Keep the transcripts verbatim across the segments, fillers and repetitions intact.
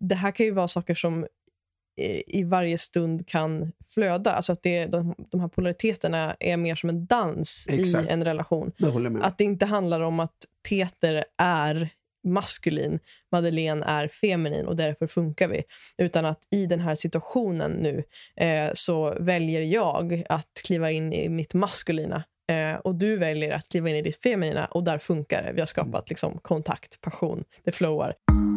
det här kan ju vara saker som i varje stund kan flöda. Alltså att det, de, de här polariteterna är mer som en dans. Exakt. I en relation. Det håller jag med. Att det inte handlar om att Peter är maskulin, Madeleine är feminin och därför funkar vi. Utan att i den här situationen nu eh, så väljer jag att kliva in i mitt maskulina eh, och du väljer att kliva in i ditt feminina och där funkar det. Vi har skapat liksom kontakt, passion, det flowar.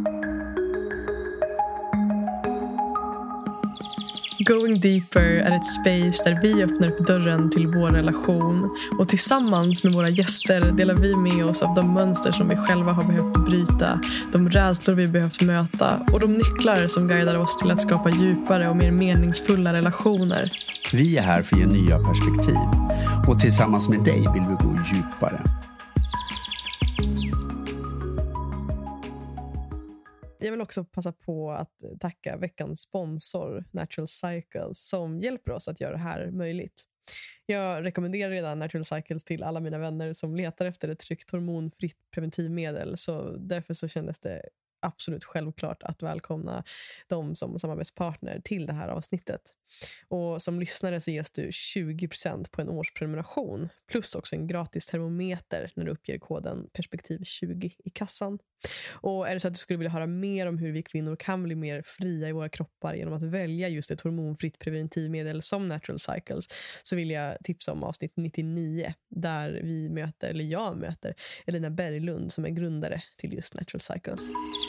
Going Deeper är ett space där vi öppnar upp dörren till vår relation och tillsammans med våra gäster delar vi med oss av de mönster som vi själva har behövt bryta, de rädslor vi behövt möta och de nycklar som guidar oss till att skapa djupare och mer meningsfulla relationer. Vi är här för att ge nya perspektiv och tillsammans med dig vill vi gå djupare. Jag vill också passa på att tacka veckans sponsor Natural Cycles som hjälper oss att göra det här möjligt. Jag rekommenderar redan Natural Cycles till alla mina vänner som letar efter ett tryggt hormonfritt preventivmedel, så därför så kändes det absolut självklart att välkomna dem som samarbetspartner till det här avsnittet. Och som lyssnare så ges du tjugo procent på en årsprenumeration plus också en gratis termometer när du uppger koden perspektiv tjugo i kassan. Och är det så att du skulle vilja höra mer om hur vi kvinnor kan bli mer fria i våra kroppar genom att välja just ett hormonfritt preventivmedel som Natural Cycles, så vill jag tipsa om avsnitt nittionio där vi möter, eller jag möter Elina Berglund som är grundare till just Natural Cycles.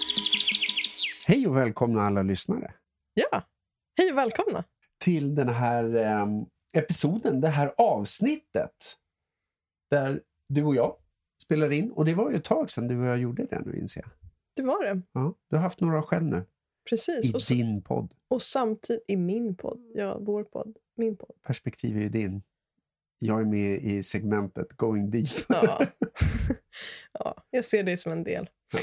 Hej och välkomna alla lyssnare. Ja, hej och välkomna till den här eh, episoden, det här avsnittet där du och jag spelar in. Och det var ju ett tag sedan du och jag gjorde det nu, inser jag. Det var det. Ja, du har haft några själv nu. Precis. I och så, din podd. Och samtidigt i min podd. Ja, vår podd. Min podd. Perspektiv är ju din. Jag är med i segmentet Going Deep. Ja, ja jag ser det som en del. Ja.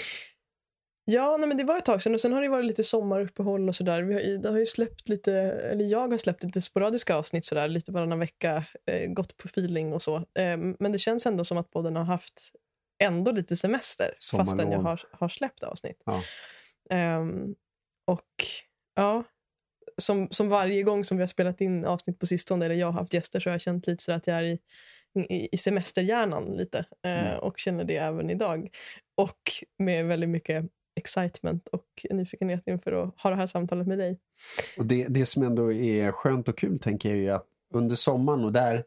Ja, nej, men det var ett tag sedan och sen har det varit lite sommaruppehåll och sådär. Vi har, det har ju släppt lite, eller jag har släppt lite sporadiska avsnitt sådär, lite varannan vecka, eh, gått på feeling och så. Eh, men det känns ändå som att podden har haft ändå lite semester Sommarlov. Fastän jag har, har släppt avsnitt. Ja. Eh, och ja, som, som varje gång som vi har spelat in avsnitt på sistone, eller jag har haft gäster, så har jag känt lite så att jag är i, i, i semesterhjärnan lite. Eh, mm. Och känner det även idag. Och med väldigt mycket excitement och nyfikenhet inför att ha det här samtalet med dig. Och det, det som ändå är skönt och kul, tänker jag, är att under sommaren, och där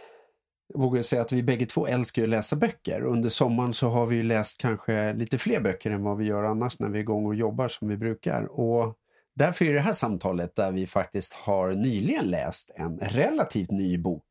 vågar jag säga att vi bägge två älskar att läsa böcker. Under sommaren så har vi ju läst kanske lite fler böcker än vad vi gör annars när vi är igång och jobbar som vi brukar. Och därför är det här samtalet där vi faktiskt har nyligen läst en relativt ny bok.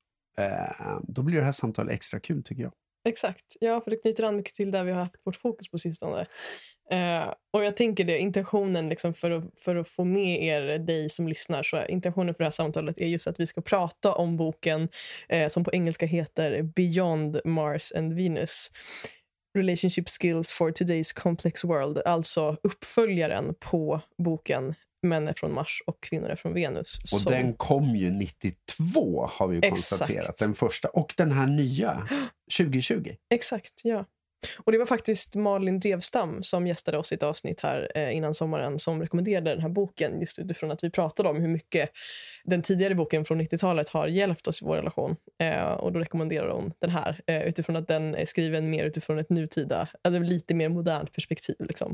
Eh, då blir det här samtalet extra kul, tycker jag. Exakt, ja, för det knyter an mycket till där vi har haft vårt fokus på sistone. Uh, och jag tänker det, intentionen liksom för, att, för att få med er, dig som lyssnar, så intentionen för det här samtalet är just att vi ska prata om boken uh, som på engelska heter Beyond Mars and Venus, Relationship Skills for Today's Complex World, alltså uppföljaren på boken Män är från Mars och kvinnor är från Venus. Och som... den kom ju nittiotvå, har vi ju konstaterat. Exakt. Den första, och den här nya tjugo tjugo. Exakt, ja. Och det var faktiskt Malin Drevstam som gästade oss i ett avsnitt här eh, innan sommaren som rekommenderade den här boken, just utifrån att vi pratade om hur mycket den tidigare boken från nittiotalet har hjälpt oss i vår relation. Eh, och då rekommenderar hon den här eh, utifrån att den är skriven mer utifrån ett nutida, alltså lite mer modernt perspektiv liksom.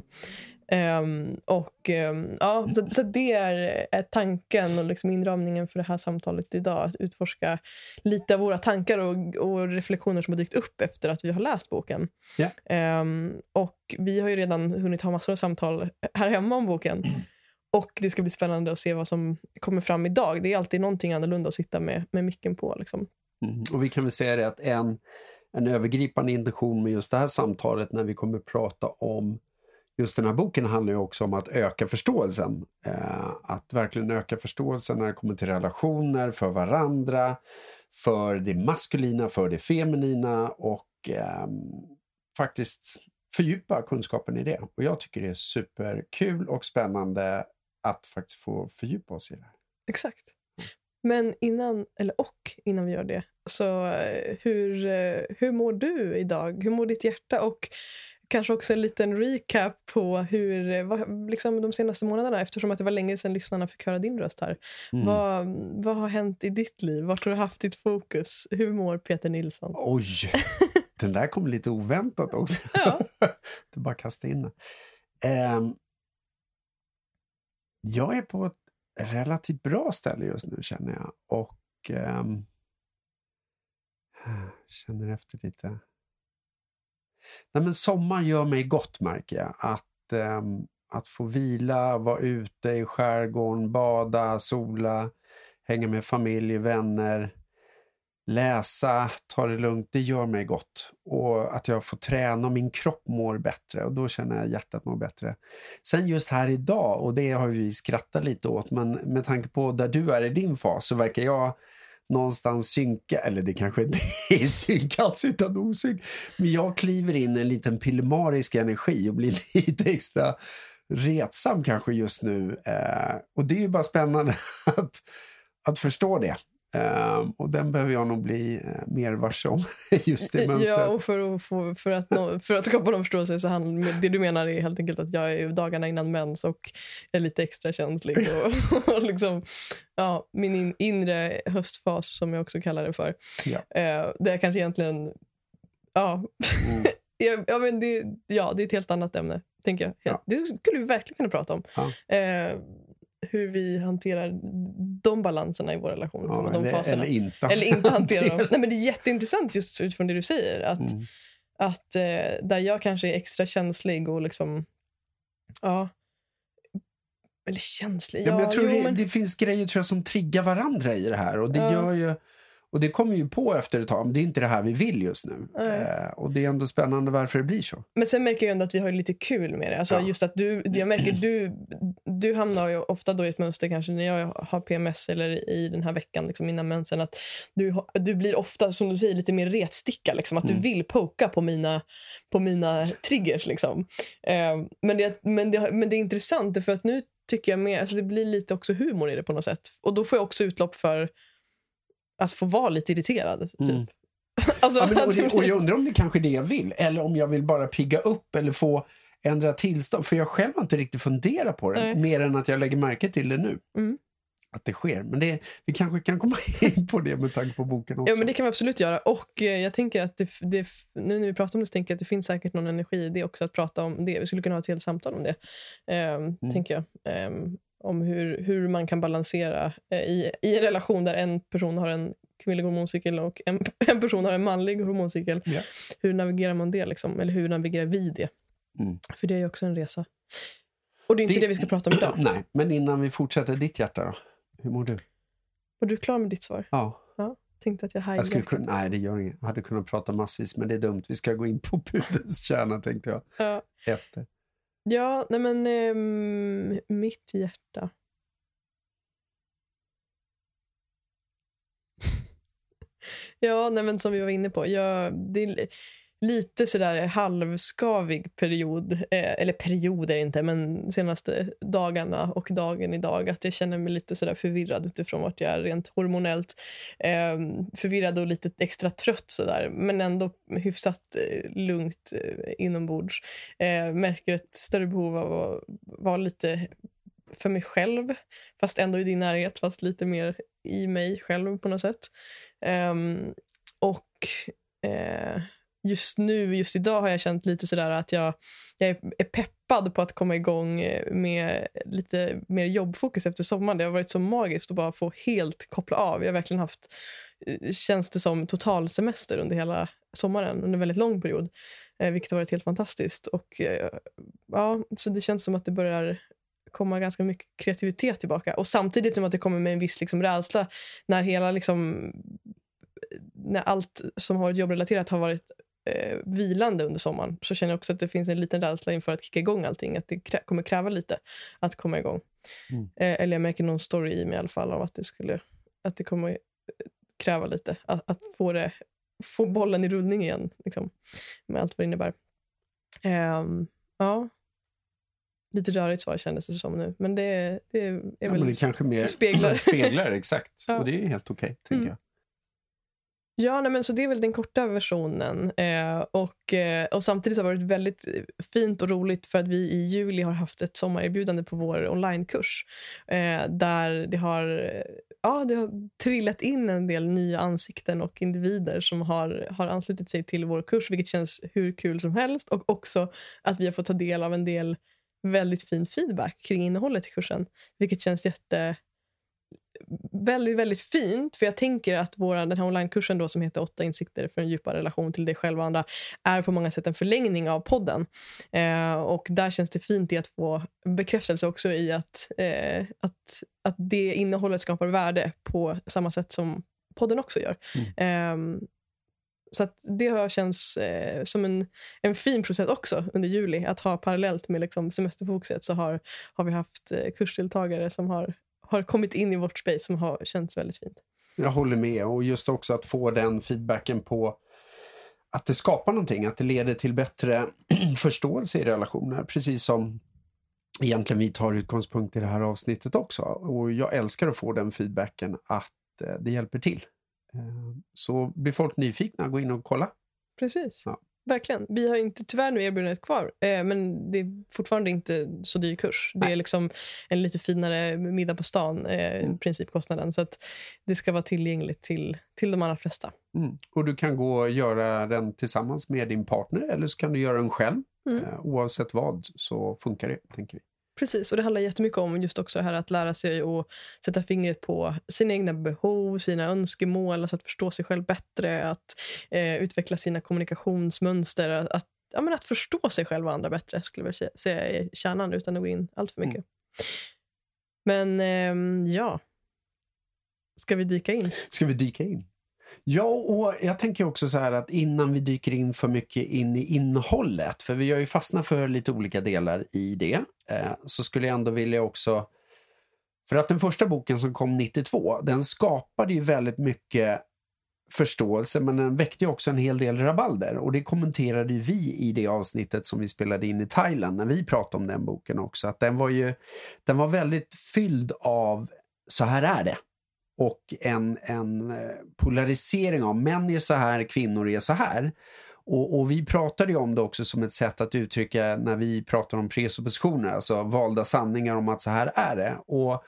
Um, och um, ja, så, så det är, är tanken och liksom inramningen för det här samtalet idag, att utforska lite av våra tankar och, och reflektioner som har dykt upp efter att vi har läst boken. Yeah. Um, och vi har ju redan hunnit ha massor av samtal här hemma om boken. Mm. Och det ska bli spännande att se vad som kommer fram idag. Det är alltid någonting annorlunda att sitta med, med micken på liksom. Mm. Och vi kan väl säga det att en, en övergripande intention med just det här samtalet, när vi kommer prata om just den här boken, handlar ju också om att öka förståelsen. Eh, att verkligen öka förståelsen när det kommer till relationer, för varandra, för det maskulina, för det feminina, och eh, faktiskt fördjupa kunskapen i det. Och jag tycker det är superkul och spännande att faktiskt få fördjupa oss i det. Exakt. Men innan, eller och innan vi gör det, så hur, hur mår du idag? Hur mår ditt hjärta? Och kanske också en liten recap på hur vad, liksom de senaste månaderna, eftersom att det var länge sedan lyssnarna fick höra din röst här. Mm. Vad, vad har hänt i ditt liv? Vart har du haft ditt fokus? Hur mår Peter Nilsson? Oj, den där kom lite oväntat också. Ja. Du bara kasta in den. Um, jag är på ett relativt bra ställe just nu, känner jag. Och um, känner efter lite. Nej, men sommar gör mig gott, märker jag. Att, um, att få vila, vara ute i skärgården, bada, sola, hänga med familj, vänner, läsa, ta det lugnt, det gör mig gott. Och att jag får träna och min kropp mår bättre. Och då känner jag hjärtat mår bättre. Sen just här idag, och det har vi skrattat lite åt, men med tanke på där du är i din fas så verkar jag någonstans synka, eller det kanske inte är synk alls utan osynk, men jag kliver in en liten pillemarisk energi och blir lite extra retsam kanske just nu. Eh, och det är ju bara spännande att, att förstå det. Um, och den behöver jag nog bli uh, mer varse om just det mönstret. Ja, och för att, få, för att, nå, för att skapa någon förståelse så han, det du menar är helt enkelt att jag är dagarna innan mens och är lite extra känslig och, och liksom, ja, min in, inre höstfas som jag också kallar det för. Ja. Uh, det är kanske egentligen ja, mm. ja, ja, men det, ja, det är ett helt annat ämne, tänker jag. Ja. Det skulle vi verkligen kunna prata om. Ja. Uh, hur vi hanterar de balanserna i vår relation. Ja, liksom, de eller, eller inte. Eller inte hanterar dem. Nej, men det är jätteintressant just utifrån det du säger. Att, mm. att eh, där jag kanske är extra känslig och liksom, ja, eller känslig. Ja, men jag tror jo, det, men... det finns grejer tror jag, som triggar varandra i det här. Och det ja. gör ju, och det kommer ju på efter ett tag, men det är inte det här vi vill just nu. Eh, och det är ändå spännande varför det blir så. Men sen märker jag ändå att vi har lite kul med det. Alltså ja. Just att du, jag märker du, du hamnar ju ofta då i ett mönster kanske när jag har P M S eller i den här veckan liksom innan mensen, att du, du blir ofta, som du säger, lite mer retsticka liksom, att mm. du vill poka på mina, på mina triggers liksom. Eh, men, det, men, det, men det är intressant för att nu tycker jag mer, alltså det blir lite också humor i det på något sätt. Och då får jag också utlopp för att få vara lite irriterad, typ. Mm. Alltså, ja, men, och, det, och jag undrar om det kanske är det jag vill. Eller om jag vill bara pigga upp eller få ändra tillstånd. För jag själv har inte riktigt funderat på det. Nej. Mer än att jag lägger märke till det nu. Mm. Att det sker. Men det, vi kanske kan komma in på det med tanke på boken också. Ja, men det kan vi absolut göra. Och eh, jag tänker att det, det, nu när vi pratar om det så tänker jag att det finns säkert någon energi i det också att prata om det. Vi skulle kunna ha ett helt samtal om det. Eh, mm. Tänker jag. Eh, om hur, hur man kan balansera eh, i, i en relation där en person har en kvinnlig hormoncykel och en, en person har en manlig hormoncykel. Yeah. Hur navigerar man det liksom? Eller hur navigerar vi det? Mm. För det är ju också en resa. Och det är inte det, det vi ska prata om idag. Nej, men innan vi fortsätter, ditt hjärta då? Hur mår du? Var du klar med ditt svar? Ja. Ja, tänkte att jag hajade. Jag skulle kunna, nej, det gör inget. Jag hade kunnat prata massvis, men det är dumt. Vi ska gå in på pudelns kärna, tänkte jag. Ja. Efter. Ja, nej men eh, mitt hjärta. Ja, nej men som vi var inne på. Jag, det är lite sådär halvskavig period. Eh, eller perioder inte, men senaste dagarna och dagen idag. Att jag känner mig lite sådär förvirrad utifrån vart jag är rent hormonellt. Eh, förvirrad och lite extra trött sådär. Men ändå hyfsat eh, lugnt eh, inombords. Eh, märker ett större behov av att vara lite för mig själv. Fast ändå i din närhet. Fast lite mer i mig själv på något sätt. Um, och uh, just nu, just idag har jag känt lite sådär att jag, jag är peppad på att komma igång med lite mer jobbfokus efter sommaren. Det har varit så magiskt att bara få helt koppla av. Jag har verkligen haft, känns det som total semester under hela sommaren, under en väldigt lång period, uh, vilket har varit helt fantastiskt. Och uh, ja, så det känns som att det börjar komma ganska mycket kreativitet tillbaka. Och samtidigt som att det kommer med en viss liksom rädsla när hela liksom när allt som har varit jobbrelaterat har varit eh, vilande under sommaren, så känner jag också att det finns en liten rädsla inför att kicka igång allting. Att det krä- kommer kräva lite att komma igång. Mm. Eh, eller jag märker någon story i mig i alla fall av att det skulle att det kommer kräva lite. Att, att få det få bollen i rullning igen liksom, med allt vad det innebär. Eh, ja. Lite rörigt svar kändes det som nu. Men det, det är ja, väl men det kanske mer speglar. speglar exakt. Ja. Och det är helt okej, okay, tänker mm. jag. Ja, nej, men så det är väl den korta versionen. Eh, och, eh, och samtidigt har det varit väldigt fint och roligt för att vi i juli har haft ett sommarerbjudande på vår onlinekurs. Eh, där det har, ja, det har trillat in en del nya ansikten och individer som har, har anslutit sig till vår kurs, vilket känns hur kul som helst. Och också att vi har fått ta del av en del väldigt fin feedback kring innehållet i kursen, vilket känns jätte... väldigt, väldigt fint, för jag tänker att våra, den här onlinekursen då som heter åtta insikter för en djupare relation till dig själv och andra är på många sätt en förlängning av podden. Eh, och där känns det fint i att få bekräftelse också i att, eh, att, att det innehållet skapar värde på samma sätt som podden också gör. Mm. Eh, så att det har känts eh, som en, en fin process också under juli, att ha parallellt med liksom semesterfokuset så har, har vi haft eh, kursdeltagare som har har kommit in i vårt space som har känts väldigt fint. Jag håller med, och just också att få den feedbacken på att det skapar någonting, att det leder till bättre förståelse i relationer, precis som egentligen vi tar utgångspunkt i det här avsnittet också. Och jag älskar att få den feedbacken att det hjälper till. Så blir folk nyfikna, gå in och kolla. Precis. Ja. Verkligen. Vi har inte tyvärr nu erbjudandet kvar, eh, men det är fortfarande inte så dyr kurs. Nej. Det är liksom en lite finare middag på stan, eh, mm. principkostnaden. Så att det ska vara tillgängligt till, till de allra flesta. Mm. Och du kan gå och göra den tillsammans med din partner, eller så kan du göra den själv. Mm. Eh, oavsett vad så funkar det, tänker vi. Precis, och det handlar jättemycket om just också det här att lära sig och sätta fingret på sina egna behov, sina önskemål, alltså att förstå sig själv bättre, att eh, utveckla sina kommunikationsmönster, att, att, ja, men att förstå sig själv och andra bättre, skulle jag säga är kärnan utan att gå in allt för mycket. Mm. Men eh, ja, ska vi dyka in? Ska vi dyka in? Ja, och jag tänker också så här att innan vi dyker in för mycket in i innehållet, för vi har ju fastnat för lite olika delar i det, eh, så skulle jag ändå vilja också, för att den första boken som kom nittiotvå, den skapade ju väldigt mycket förståelse, men den väckte ju också en hel del rabalder, och det kommenterade ju vi i det avsnittet som vi spelade in i Thailand när vi pratade om den boken också, att den var ju den var väldigt fylld av så här är det. Och en, en polarisering av män är så här, kvinnor är så här. Och, och vi pratade ju om det också som ett sätt att uttrycka när vi pratar om presuppositioner, alltså valda sanningar om att så här är det. Och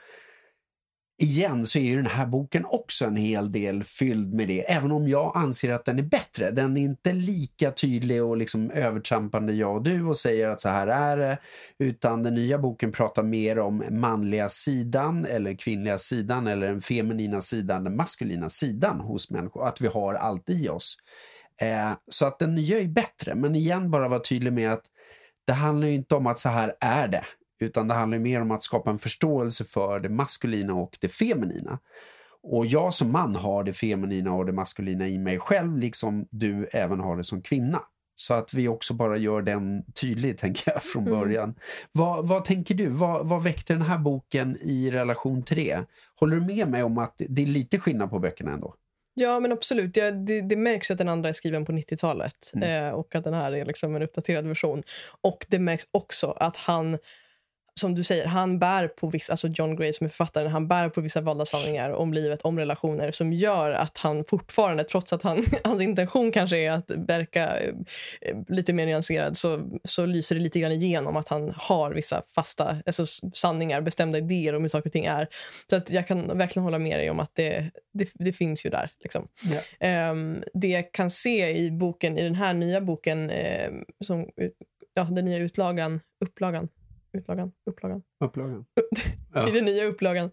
igen så är ju den här boken också en hel del fylld med det, även om jag anser att den är bättre. Den är inte lika tydlig och liksom övertrampande jag och du och säger att så här är det, utan den nya boken pratar mer om manliga sidan eller kvinnliga sidan eller den feminina sidan, den maskulina sidan hos människor, att vi har allt i oss. Eh, så att den nya är bättre, men igen bara vara tydlig med att det handlar ju inte om att så här är det, utan det handlar mer om att skapa en förståelse för det maskulina och det feminina. Och jag som man har det feminina och det maskulina i mig själv, liksom du även har det som kvinna. Så att vi också bara gör den tydlig, tänker jag, från början. Mm. Vad, vad tänker du? Vad, vad väckte den här boken i relation till det? Håller du med mig om att det är lite skillnad på böckerna ändå? Ja, men absolut. Det, det, det märks att den andra är skriven på nittiotalet mm. eh, och att den här är liksom en uppdaterad version. Och det märks också att han, som du säger, han bär på vissa, alltså John Gray som är författaren, han bär på vissa valda sanningar om livet, om relationer, som gör att han fortfarande, trots att han, hans intention kanske är att verka eh, lite mer nyanserad, så, så lyser det lite grann igenom att han har vissa fasta, alltså sanningar, bestämda idéer om hur saker och ting är. Så att jag kan verkligen hålla med dig om att det, det, det finns ju där. Liksom. Yeah. Um, det jag kan se i boken, i den här nya boken, eh, som, ja, den nya utlagan, upplagan, Utlagan, upplagan. Upplagan. I den nya upplagan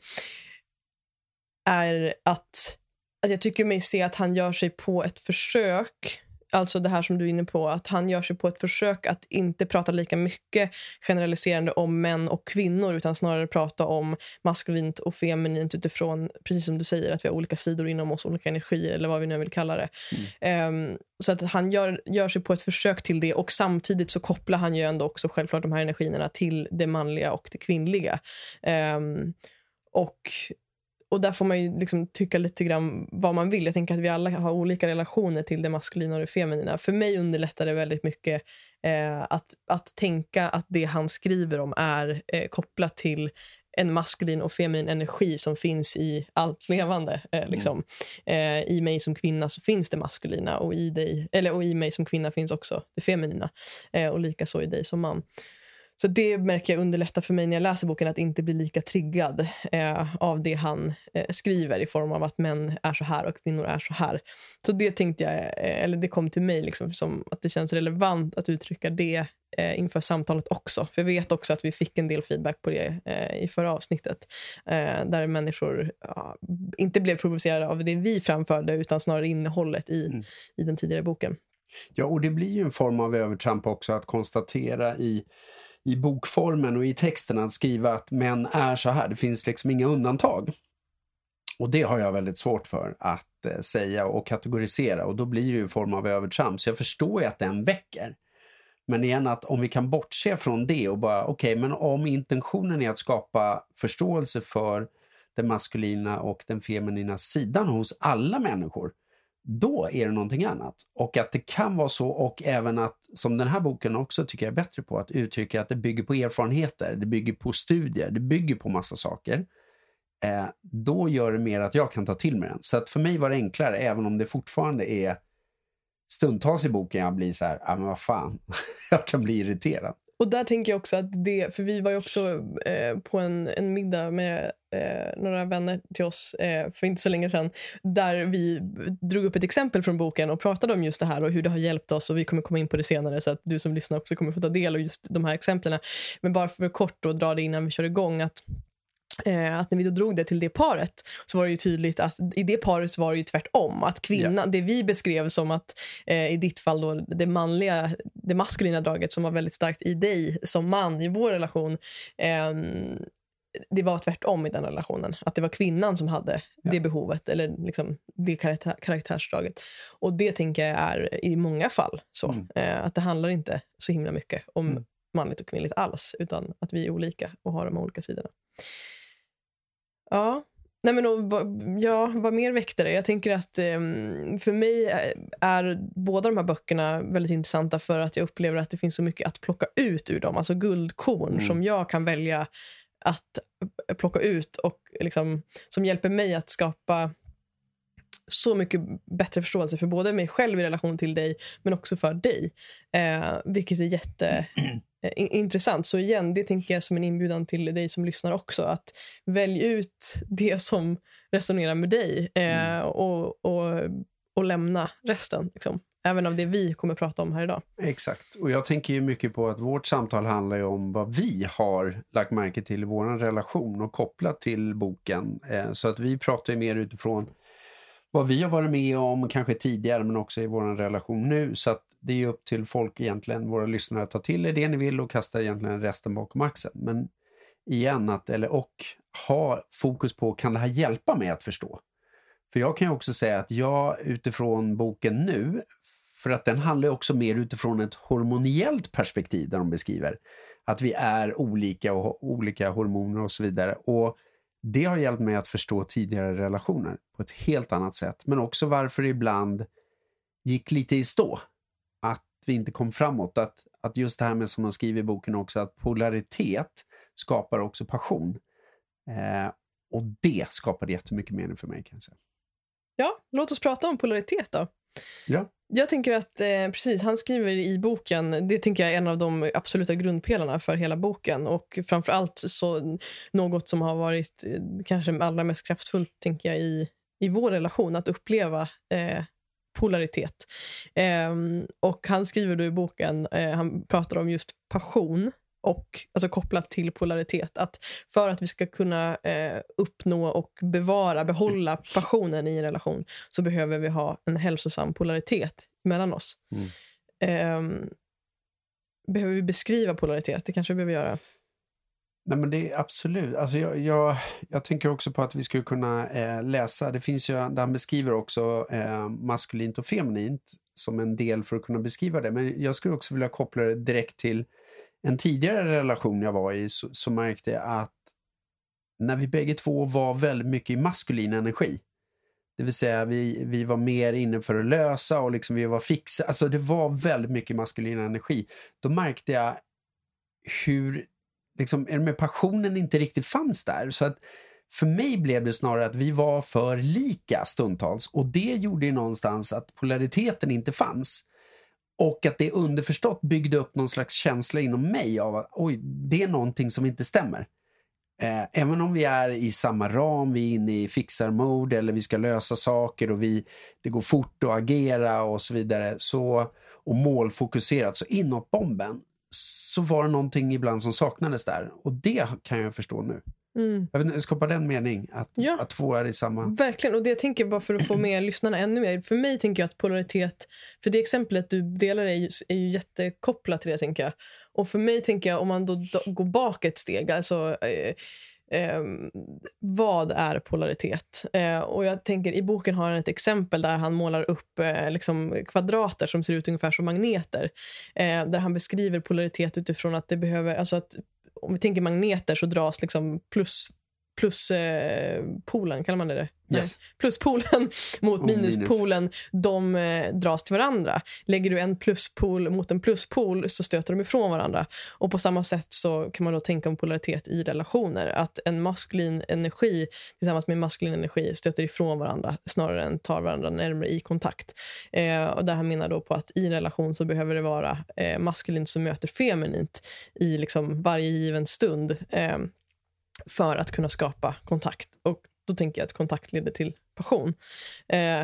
är att, att jag tycker mig se att han gör sig på ett försök, alltså det här som du är inne på, att han gör sig på ett försök att inte prata lika mycket generaliserande om män och kvinnor, utan snarare prata om maskulint och feminint utifrån, precis som du säger, att vi har olika sidor inom oss, olika energier eller vad vi nu vill kalla det. Mm. Um, så att han gör, gör sig på ett försök till det, och samtidigt så kopplar han ju ändå också självklart de här energierna till det manliga och det kvinnliga. Um, och Och där får man ju liksom tycka lite grann vad man vill. Jag tänker att vi alla har olika relationer till det maskulina och det feminina. För mig underlättar det väldigt mycket eh, att, att tänka att det han skriver om är eh, kopplat till en maskulin och feminin energi som finns i allt levande. Eh, liksom. mm. eh, I mig som kvinna så finns det maskulina, och i, dig, eller, och i mig som kvinna finns också det feminina. Eh, och lika så i dig som man. Så det märker jag underlättar för mig när jag läser boken, att inte bli lika triggad eh, av det han eh, skriver, i form av att män är så här och kvinnor är så här. Så det tänkte jag, eh, eller det kom till mig liksom, som att det känns relevant att uttrycka det eh, inför samtalet också. För jag vet också att vi fick en del feedback på det eh, i förra avsnittet. Eh, där människor ja, inte blev provocerade av det vi framförde, utan snarare innehållet i, mm. i den tidigare boken. Ja, och det blir ju en form av övertramp också att konstatera i i bokformen och i texten att skriva att män är så här. Det finns liksom inga undantag. Och det har jag väldigt svårt för att eh, säga och kategorisera. Och då blir det ju en form av övertramp. Så jag förstår ju att den väcker. Men igen, att om vi kan bortse från det och bara, okej, okay, men om intentionen är att skapa förståelse för den maskulina och den feminina sidan hos alla människor, då är det någonting annat. Och att det kan vara så, och även att, som den här boken också tycker jag är bättre på, att uttrycka att det bygger på erfarenheter, det bygger på studier, det bygger på massa saker. Eh, då gör det mer att jag kan ta till mig den. Så att för mig var det enklare, även om det fortfarande är stundtals i boken jag blir så här, ja men vad fan, jag kan bli irriterad. Och där tänker jag också att det, för vi var ju också eh, på en, en middag med eh, några vänner till oss eh, för inte så länge sedan, där vi drog upp ett exempel från boken och pratade om just det här och hur det har hjälpt oss, och vi kommer komma in på det senare så att du som lyssnar också kommer få ta del av just de här exemplen. Men bara för kort att dra det innan vi kör igång, att Eh, att när vi då drog det till det paret, så var det ju tydligt att i det paret var det ju tvärtom, att kvinnan, ja. Det vi beskrev som att eh, i ditt fall då det manliga, det maskulina draget som var väldigt starkt i dig som man i vår relation, eh, det var tvärtom i den relationen, att det var kvinnan som hade ja. det behovet eller liksom det karaktär, karaktärsdraget. Och det tänker jag är i många fall så, mm. eh, att det handlar inte så himla mycket om mm. manligt och kvinnligt alls, utan att vi är olika och har de olika sidorna. Ja, nej men och, ja, vad mer väckte det? Jag tänker att eh, för mig är båda de här böckerna väldigt intressanta, för att jag upplever att det finns så mycket att plocka ut ur dem, alltså guldkorn mm. som jag kan välja att plocka ut och liksom, som hjälper mig att skapa så mycket bättre förståelse för både mig själv i relation till dig, men också för dig, eh, vilket är jätte intressant. Så igen, det tänker jag som en inbjudan till dig som lyssnar också, att välj ut det som resonerar med dig eh, mm. och, och, och lämna resten liksom. Även av det vi kommer att prata om här idag. Exakt, och jag tänker ju mycket på att vårt samtal handlar ju om vad vi har lagt märke till i vår relation och kopplat till boken, eh, så att vi pratar ju mer utifrån vad vi har varit med om kanske tidigare, men också i vår relation nu. Så att det är upp till folk egentligen, våra lyssnare, att ta till er det ni vill och kasta egentligen resten bakom axeln. Men igen, att, eller, och ha fokus på, kan det här hjälpa mig att förstå? För jag kan ju också säga att jag utifrån boken nu, för att den handlar också mer utifrån ett hormoniellt perspektiv där de beskriver att vi är olika och har olika hormoner och så vidare. Och det har hjälpt mig att förstå tidigare relationer på ett helt annat sätt. Men också varför det ibland gick lite i stå. Att vi inte kom framåt. Att, att just det här med, som de skriver i boken också, att polaritet skapar också passion. Eh, och det skapade jättemycket mening för mig, kan jag säga. Ja, låt oss prata om polaritet då. Ja. Jag tänker att, eh, precis, han skriver i boken, det tänker jag är en av de absoluta grundpelarna för hela boken, och framförallt så något som har varit eh, kanske allra mest kraftfullt, tänker jag, i, i vår relation, att uppleva eh, polaritet. Eh, och han skriver då i boken, eh, han pratar om just passion, och alltså kopplat till polaritet, att för att vi ska kunna eh, uppnå och bevara, behålla passionen i en relation, så behöver vi ha en hälsosam polaritet mellan oss. Mm. Eh, behöver vi beskriva polaritet? Det kanske vi behöver göra. Nej, men det är absolut. Alltså jag, jag, jag tänker också på att vi skulle kunna eh, läsa, det finns ju, där han beskriver också eh, maskulint och feminint som en del för att kunna beskriva det. Men jag skulle också vilja koppla det direkt till en tidigare relation jag var i, så, så märkte jag att när vi bägge två var väldigt mycket i maskulin energi, det vill säga vi, vi var mer inne för att lösa och liksom vi var fixa, alltså det var väldigt mycket maskulin energi, då märkte jag hur liksom, är det med passionen inte riktigt fanns där. Så att för mig blev det snarare att vi var för lika stundtals. Och det gjorde ju någonstans att polariteten inte fanns. Och att det underförstått byggde upp någon slags känsla inom mig av att oj, det är någonting som inte stämmer. Eh, även om vi är i samma ram, vi är inne i fixarmode eller vi ska lösa saker och vi, det går fort att agera och så vidare. Så, och målfokuserat, så inåt bomben, så var det någonting ibland som saknades där. Och det kan jag förstå nu. Mm. Jag vet inte, skapar den mening att, ja. att två är i samma... Verkligen, och det jag tänker bara för att få med lyssnarna ännu mer. För mig tänker jag att polaritet, för det exemplet du delar är ju, är ju jättekopplat till det, tänker jag. Och för mig tänker jag, om man då, då går bak ett steg, alltså eh, eh, vad är polaritet? Eh, och jag tänker, i boken har han ett exempel där han målar upp eh, liksom kvadrater som ser ut ungefär som magneter. Eh, där han beskriver polaritet utifrån att det behöver, alltså att om vi tänker magneter så dras liksom plus plus eh, polen, kallar man det det? Yes. Pluspolen mot oh, minuspolen, minus. de eh, dras till varandra. Lägger du en pluspol mot en pluspol så stöter de ifrån varandra. Och på samma sätt så kan man då tänka om polaritet i relationer. Att en maskulin energi tillsammans med en maskulin energi stöter ifrån varandra snarare än tar varandra närmare i kontakt. Eh, och där han menar då på att i en relation så behöver det vara eh, maskulint som möter feminint i liksom varje given stund. Eh, för att kunna skapa kontakt. Och då tänker jag att kontakt leder till passion. Eh,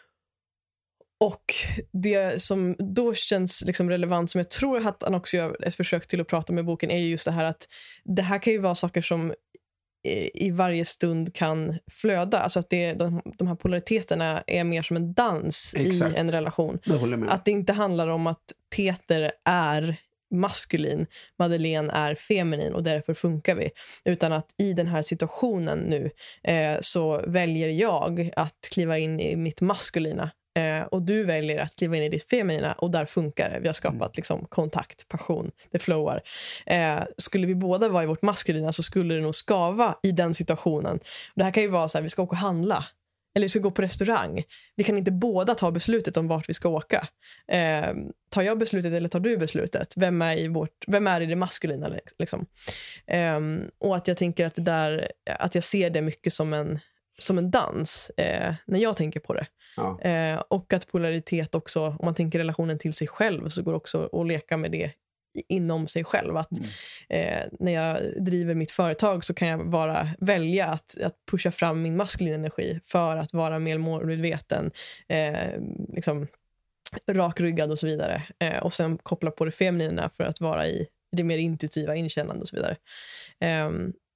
och det som då känns liksom relevant, som jag tror att han också gör ett försök till att prata om i boken, är just det här att det här kan ju vara saker som i varje stund kan flöda. Alltså att det, de, de här polariteterna är mer som en dans. Exakt. I en relation. Att det inte handlar om att Peter är maskulin, Madeleine är feminin och därför funkar vi. Utan att i den här situationen nu eh, så väljer jag att kliva in i mitt maskulina eh, och du väljer att kliva in i ditt feminina och där funkar det. Vi har skapat mm. liksom kontakt, passion, det flowar. Eh, skulle vi båda vara i vårt maskulina så skulle det nog skava i den situationen. Det här kan ju vara så här, vi ska åka och handla. Eller vi ska gå på restaurang. Vi kan inte båda ta beslutet om vart vi ska åka. Eh, tar jag beslutet eller tar du beslutet? Vem är i, vårt, vem är i det maskulina? Liksom? Eh, och att jag tänker att det där, att jag ser det mycket som en, som en dans eh, när jag tänker på det. Ja. Eh, och att polaritet också, om man tänker relationen till sig själv, så går det också att leka med det inom sig själv. Att mm. eh, när jag driver mitt företag så kan jag bara välja att, att pusha fram min maskulina energi för att vara mer målmedveten, eh, liksom rakryggad och så vidare. Eh, och sen koppla på det feminina för att vara i det mer intuitiva, inkännande och så vidare. Eh,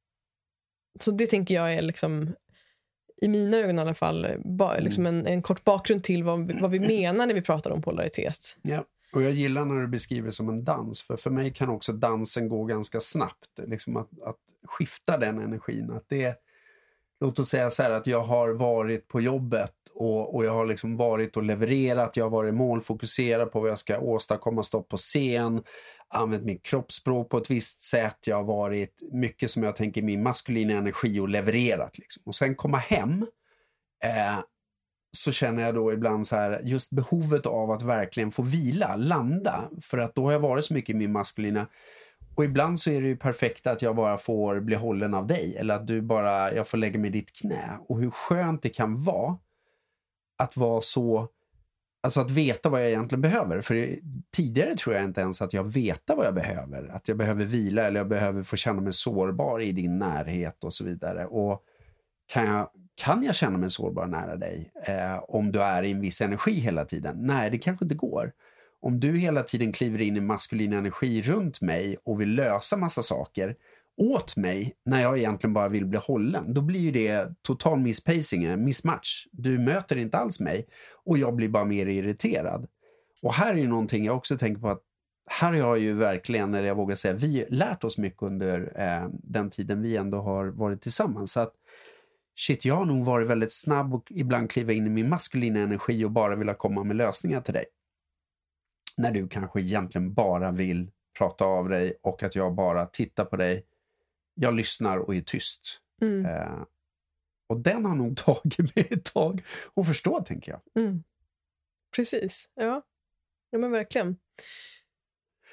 så det tänker jag är liksom, i mina ögon i alla fall, ba, liksom en, en kort bakgrund till vad vi, vad vi menar när vi pratar om polaritet. Ja. Och jag gillar när du beskriver som en dans. För för mig kan också dansen gå ganska snabbt. Liksom att, att skifta den energin. Att det, låt oss säga så här att jag har varit på jobbet. Och, och jag har liksom varit och levererat. Jag har varit målfokuserad på vad jag ska åstadkomma. Stå på scen. Använt min kroppsspråk på ett visst sätt. Jag har varit mycket som jag tänker min maskulina energi och levererat. Liksom. Och sen komma hem. Eh, så känner jag då ibland så här, just behovet av att verkligen få vila, landa, för att då har jag varit så mycket i min maskulina, och ibland så är det ju perfekt att jag bara får bli hållen av dig, eller att du bara, jag får lägga mig i ditt knä, och hur skönt det kan vara att vara så, alltså att veta vad jag egentligen behöver, för tidigare tror jag inte ens att jag vet vad jag behöver, att jag behöver vila eller jag behöver få känna mig sårbar i din närhet och så vidare. Och kan jag Kan jag känna mig sårbar nära dig eh, om du är i en viss energi hela tiden? Nej, det kanske inte går. Om du hela tiden kliver in i maskulin energi runt mig och vill lösa massa saker åt mig när jag egentligen bara vill bli hållen, då blir ju det total misspacing, en mismatch. Du möter inte alls mig och jag blir bara mer irriterad. Och här är ju någonting jag också tänker på, att här har jag ju verkligen, eller jag vågar säga, vi lärt oss mycket under eh, den tiden vi ändå har varit tillsammans. Så att shit, jag har nog varit väldigt snabb och ibland kliva in i min maskulina energi och bara vilja komma med lösningar till dig. När du kanske egentligen bara vill prata av dig och att jag bara tittar på dig. Jag lyssnar och är tyst. Mm. Eh, och den har nog tagit mig ett tag att förstå, tänker jag. Mm. Precis, ja. Ja men verkligen.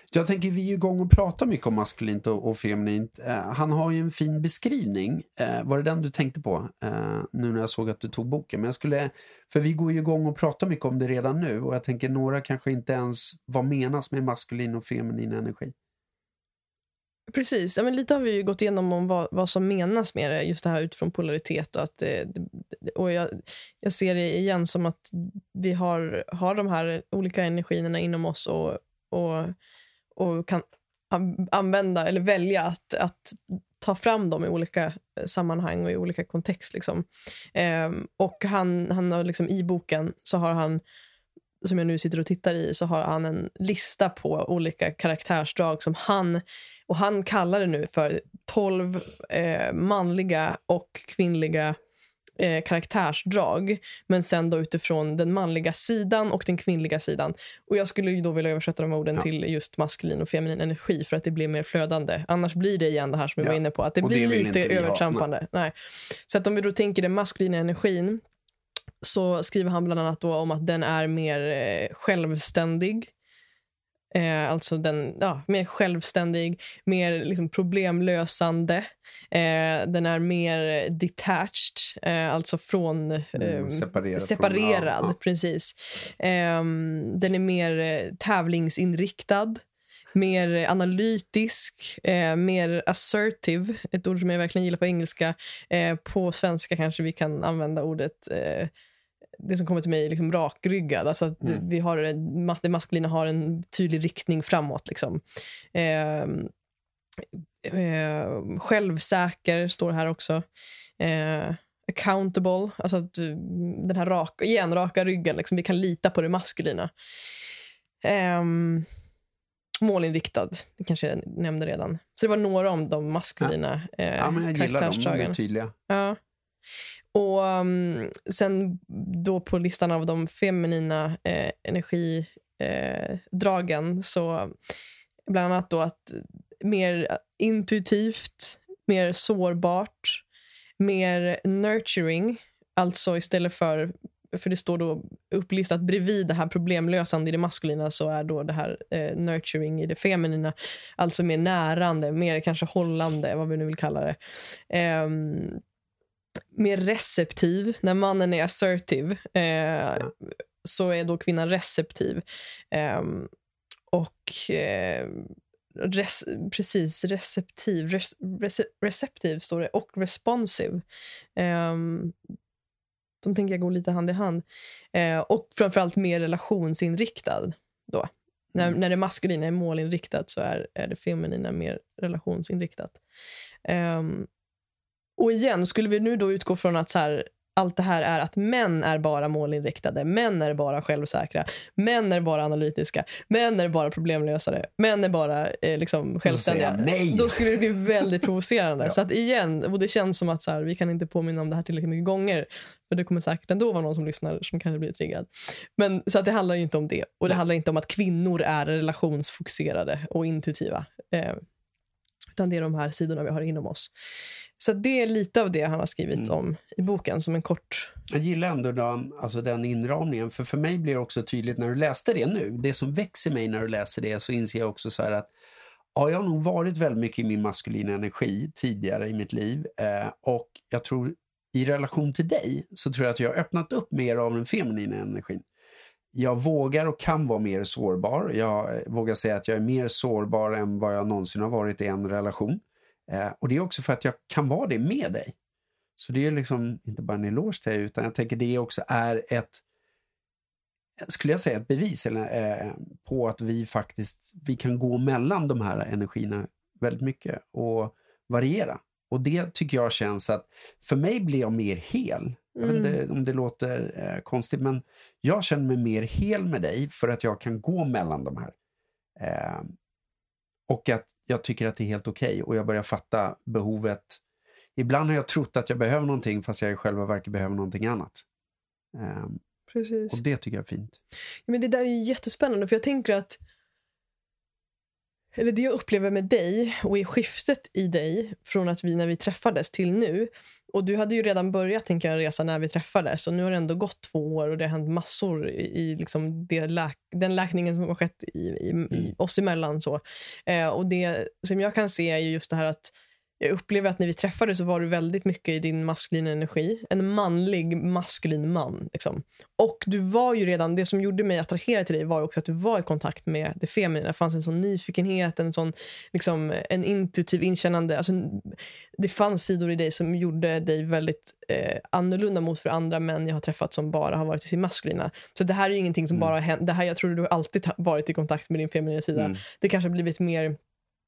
Jag tänker vi är igång och pratar mycket om maskulint och, och feminint. Uh, han har ju en fin beskrivning. Uh, var det den du tänkte på? Uh, nu när jag såg att du tog boken. Men jag skulle, för vi går ju igång och pratar mycket om det redan nu. Och jag tänker några kanske inte ens vad menas med maskulin och feminin energi. Precis, ja, men lite har vi ju gått igenom om vad, vad som menas med det, just det här utifrån polaritet och att det, och jag, jag ser det igen som att vi har, har de här olika energierna inom oss och, och, och kan använda eller välja att, att ta fram dem i olika sammanhang och i olika kontext liksom. Ehm, och han, han har liksom i boken så har han, som jag nu sitter och tittar i, så har han en lista på olika karaktärsdrag som han, och han kallar det nu för tolv eh, manliga och kvinnliga eh, karaktärsdrag, men sen då utifrån den manliga sidan och den kvinnliga sidan. Och jag skulle ju då vilja översätta de orden ja. till just maskulin och feminin energi för att det blir mer flödande. Annars blir det igen det här som vi ja. var inne på, att det och blir det lite övertrampande. Nej. Nej. Så att om vi då tänker den maskulina energin, så skriver han bland annat då om att den är mer eh, självständig. Eh, alltså den, ja, mer självständig, mer liksom problemlösande. Eh, den är mer detached, eh, alltså från eh, mm, separerad, separerad från, ja, precis. Eh, den är mer tävlingsinriktad, mer analytisk, eh, mer assertive, ett ord som jag verkligen gillar på engelska. Eh, på svenska kanske vi kan använda ordet eh, det som kommer till mig liksom rakryggad, alltså att mm. vi har det maskulina har en tydlig riktning framåt liksom. Eh, eh, självsäker står här också. Eh, accountable, alltså att den här raka, igen, raka ryggen liksom, vi kan lita på det maskulina. Eh, målinriktad, det kanske jag nämnde redan. Så det var några om de maskulina ja. eh, ja, men jag gillar dem, de är tydliga. Ja. Och um, sen då på listan av de feminina eh, energidragen eh, så bland annat då att mer intuitivt, mer sårbart, mer nurturing, alltså istället för, för det står då upplistat bredvid det här problemlösande i det maskulina, så är då det här eh, nurturing i det feminina, alltså mer närande, mer kanske hållande, vad vi nu vill kalla det. Um, mer receptiv. När mannen är assertive eh, så är då kvinnan receptiv. Eh, och eh, res, precis, receptiv. Res, res, receptiv står det. Och responsive. Eh, de tänker jag gå lite hand i hand. Eh, och framförallt mer relationsinriktad då. Mm. När, när det maskulina är målinriktat så är, är det feminina mer relationsinriktat. Eh, Och igen, skulle vi nu då utgå från att så här, allt det här är att män är bara målinriktade, män är bara självsäkra, män är bara analytiska, män är bara problemlösare, män är bara eh, liksom självständiga. Då skulle det bli väldigt provocerande. ja. Så att igen, och det känns som att så här, vi kan inte påminna om det här tillräckligt mycket gånger, för det kommer säkert ändå vara någon som lyssnar som kanske blir triggad. Men så att det handlar ju inte om det. Och det Nej. handlar inte om att kvinnor är relationsfokuserade och intuitiva. Eh, utan det är de här sidorna vi har inom oss. Så det är lite av det han har skrivit mm. om i boken som en kort... Jag gillar ändå den, alltså den inramningen. För för mig blir det också tydligt när du läste det nu. Det som växer mig när du läser det, så inser jag också så här att ja, jag har nog varit väldigt mycket i min maskulina energi tidigare i mitt liv. Eh, och jag tror i relation till dig så tror jag att jag har öppnat upp mer av den feminina energin. Jag vågar och kan vara mer sårbar. Jag vågar säga att jag är mer sårbar än vad jag någonsin har varit i en relation. Eh, och det är också för att jag kan vara det med dig. Så det är liksom inte bara en eloge till dig, utan jag tänker det också är ett, skulle jag säga ett bevis eller, eh, på att vi faktiskt vi kan gå mellan de här energierna väldigt mycket och variera. Och det tycker jag känns att för mig blir jag mer hel. Jag vet inte om det låter eh, konstigt, men jag känner mig mer hel med dig för att jag kan gå mellan de här. Eh, och att jag tycker att det är helt okej okay, och jag börjar fatta behovet. Ibland har jag trott att jag behöver någonting fast jag i själva verket behöver någonting annat. Eh, Precis. Och det tycker jag är fint. Ja, men det där är jättespännande, för jag tänker att eller det jag upplever med dig och i skiftet i dig från att vi när vi träffades till nu, och du hade ju redan börjat tänka en resa när vi träffades, och nu har det ändå gått två år och det har hänt massor i, i liksom det läk, den läkningen som har skett i, i, mm. i oss emellan så. Eh, och det som jag kan se är ju just det här att jag upplever att när vi träffades så var du väldigt mycket i din maskulina energi. En manlig, maskulin man. Liksom. Och du var ju redan, det som gjorde mig attraherad till dig var också att du var i kontakt med det feminina. Det fanns en sån nyfikenhet, en sån liksom, en intuitiv inkännande. Alltså, det fanns sidor i dig som gjorde dig väldigt eh, annorlunda mot för andra män jag har träffat som bara har varit i sin maskulina. Så det här är ju ingenting som mm. bara har hänt. Det här, jag tror du har alltid varit i kontakt med din feminina sida. Mm. Det kanske har blivit mer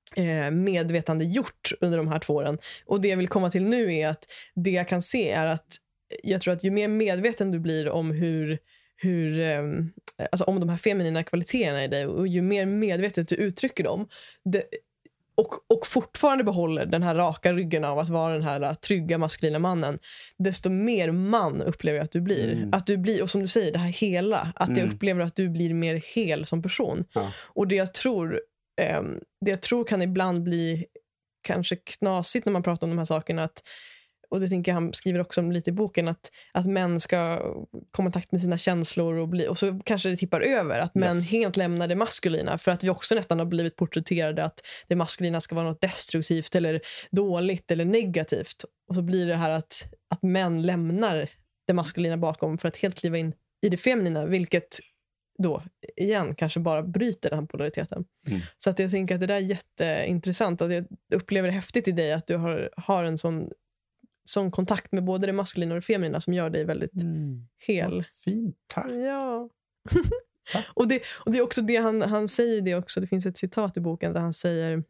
medvetande gjort under de här två åren. Och det jag vill komma till nu är att det jag kan se är att jag tror att ju mer medveten du blir om hur, hur alltså om de här feminina kvaliteterna i dig, och ju mer medvetet du uttrycker dem det, och, och fortfarande behåller den här raka ryggen av att vara den här trygga maskulina mannen, desto mer man upplever jag att du blir. Mm. Att du blir, och som du säger, det här hela, att mm. jag upplever att du blir mer hel som person. Ja. Och det jag tror Um, det jag tror kan ibland bli kanske knasigt när man pratar om de här sakerna, att, och det tänker jag han skriver också om lite i boken, att, att män ska komma i kontakt med sina känslor och, bli, och så kanske det tippar över att yes. män helt lämnar det maskulina, för att vi också nästan har blivit porträtterade att det maskulina ska vara något destruktivt eller dåligt eller negativt, och så blir det här att, att män lämnar det maskulina bakom för att helt kliva in i det feminina, vilket då igen kanske bara bryter den här polariteten. Mm. Så att jag tänker att det där är jätteintressant, att jag upplever det häftigt i dig att du har, har en sån, sån kontakt med både det maskulina och det feminina som gör dig väldigt mm. hel. Vad fint, tack. Ja. Tack. och, det, och det är också det han, han säger det också, det finns ett citat i boken där han säger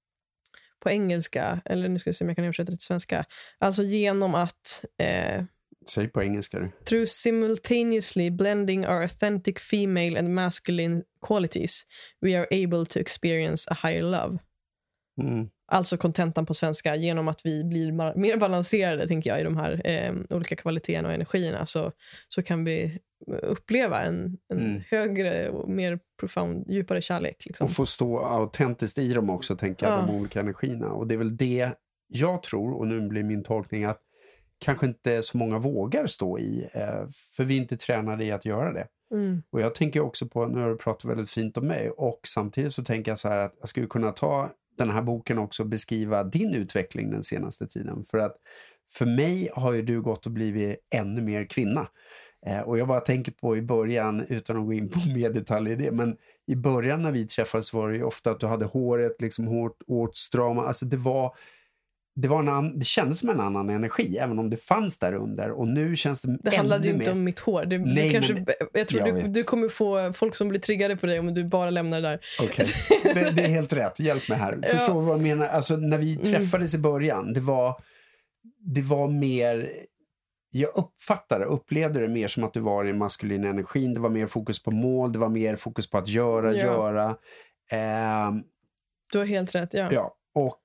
på engelska, eller nu ska vi se om jag kan översätta det till svenska, alltså genom att eh, säg på engelska du. Through simultaneously blending our authentic female and masculine qualities, we are able to experience a higher love. Mm. Alltså kontentan på svenska, genom att vi blir mar- mer balanserade, tänker jag, i de här eh, olika kvaliteterna och energierna, så, så kan vi uppleva en, en mm. högre och mer profound, djupare kärlek. Liksom. Och få stå autentiskt i dem också, tänker jag, ja. de olika energierna. Och det är väl det jag tror, och nu blir min tolkning att kanske inte så många vågar stå i, för vi är inte tränade i att göra det. Mm. Och jag tänker också på, nu har du pratat väldigt fint om mig, och samtidigt så tänker jag så här att jag skulle kunna ta den här boken också och beskriva din utveckling den senaste tiden. För att för mig har ju du gått och blivit ännu mer kvinna. Och jag bara tänker på i början, utan att gå in på mer detaljer i det, men i början när vi träffades var det ju ofta att du hade håret liksom hårt, hårt strama, alltså det var Det, var en an- det kändes som en annan energi, även om det fanns där under. Och nu känns det Det handlade ju inte mer... om mitt hår. Det, Nej, det kanske, men... jag tror jag du, du kommer få folk som blir triggade på dig om du bara lämnar det där. Okej, okay. det, det är helt rätt. Hjälp mig här. Förstår ja. vad jag menar? Alltså, när vi träffades mm. i början, det var, det var mer... Jag uppfattade, upplevde det mer som att du var i maskulin energin. Det var mer fokus på mål, det var mer fokus på att göra, ja. göra. Eh... Du har helt rätt, ja. Ja, och...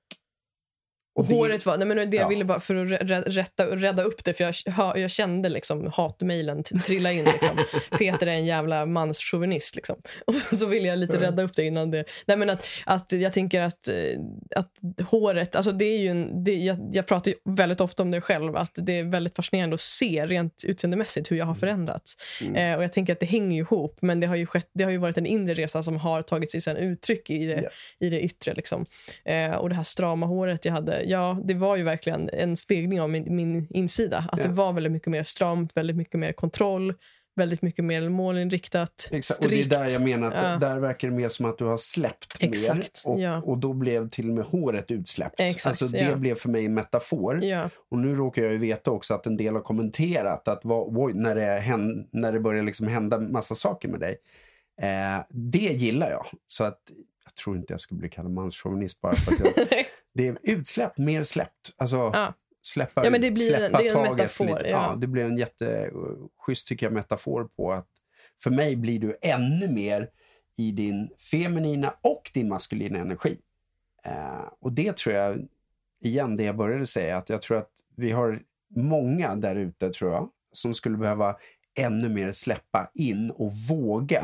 Och det, håret var, nej men det ja. jag ville bara för att rätta, rädda upp det, för jag, jag kände liksom hatmejlen trilla in liksom. Peter är en jävla manschauvinist liksom. Och så ville jag lite rädda upp det innan det. Nej men att, att jag tänker att, att håret, alltså det är ju en, det, jag, jag pratar ju väldigt ofta om det själv, att det är väldigt fascinerande att se rent utseendemässigt hur jag har förändrats. Mm. Eh, och jag tänker att det hänger ju ihop, men det har ju skett, det har ju varit en inre resa som har tagit sig sen uttryck i det, yes. i det yttre liksom. Eh, och det här strama håret jag hade, ja, det var ju verkligen en spegling av min, min insida. Att ja. det var väldigt mycket mer stramt, väldigt mycket mer kontroll, väldigt mycket mer målinriktat, Exakt. Och det är där jag menar att ja. där verkar det mer som att du har släppt Exakt. mer. Och, ja. och då blev till och med håret utsläppt. Exakt. Alltså det ja. blev för mig en metafor. Ja. Och nu råkar jag ju veta också att en del har kommenterat att vad, oj, när, det händ, när det börjar liksom hända massa saker med dig. Eh, det gillar jag. Så att jag tror inte jag skulle bli kallad manschauvinist bara för att jag... Det är utsläppt, mer släppt. Alltså ja. släppa, ja, men det blir släppa en, det är en taget metafor, lite. Ja. Ja, det blir en jätteschysst tycker jag metafor på att för mig blir du ännu mer i din feminina och din maskulina energi. Eh, och det tror jag, igen det jag började säga, att jag tror att vi har många där ute tror jag, som skulle behöva ännu mer släppa in och våga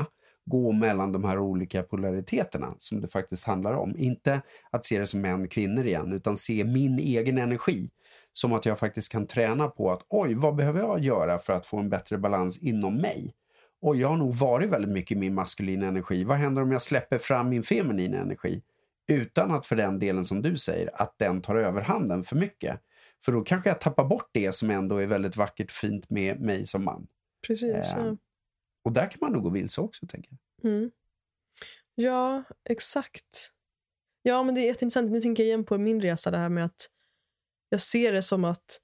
gå mellan de här olika polariteterna som det faktiskt handlar om. Inte att se det som män, kvinnor igen, utan se min egen energi som att jag faktiskt kan träna på att oj, vad behöver jag göra för att få en bättre balans inom mig? Och jag har nog varit väldigt mycket i min maskulina energi. Vad händer om jag släpper fram min feminina energi? Utan att för den delen som du säger, att den tar överhanden för mycket. För då kanske jag tappar bort det som ändå är väldigt vackert och fint med mig som man. Precis, eh, ja. Och där kan man nog gå vilse också, tänker jag. Mm. Ja, exakt. Ja, men det är jätteintressant. Nu tänker jag igen på min resa, det här med att jag ser det som att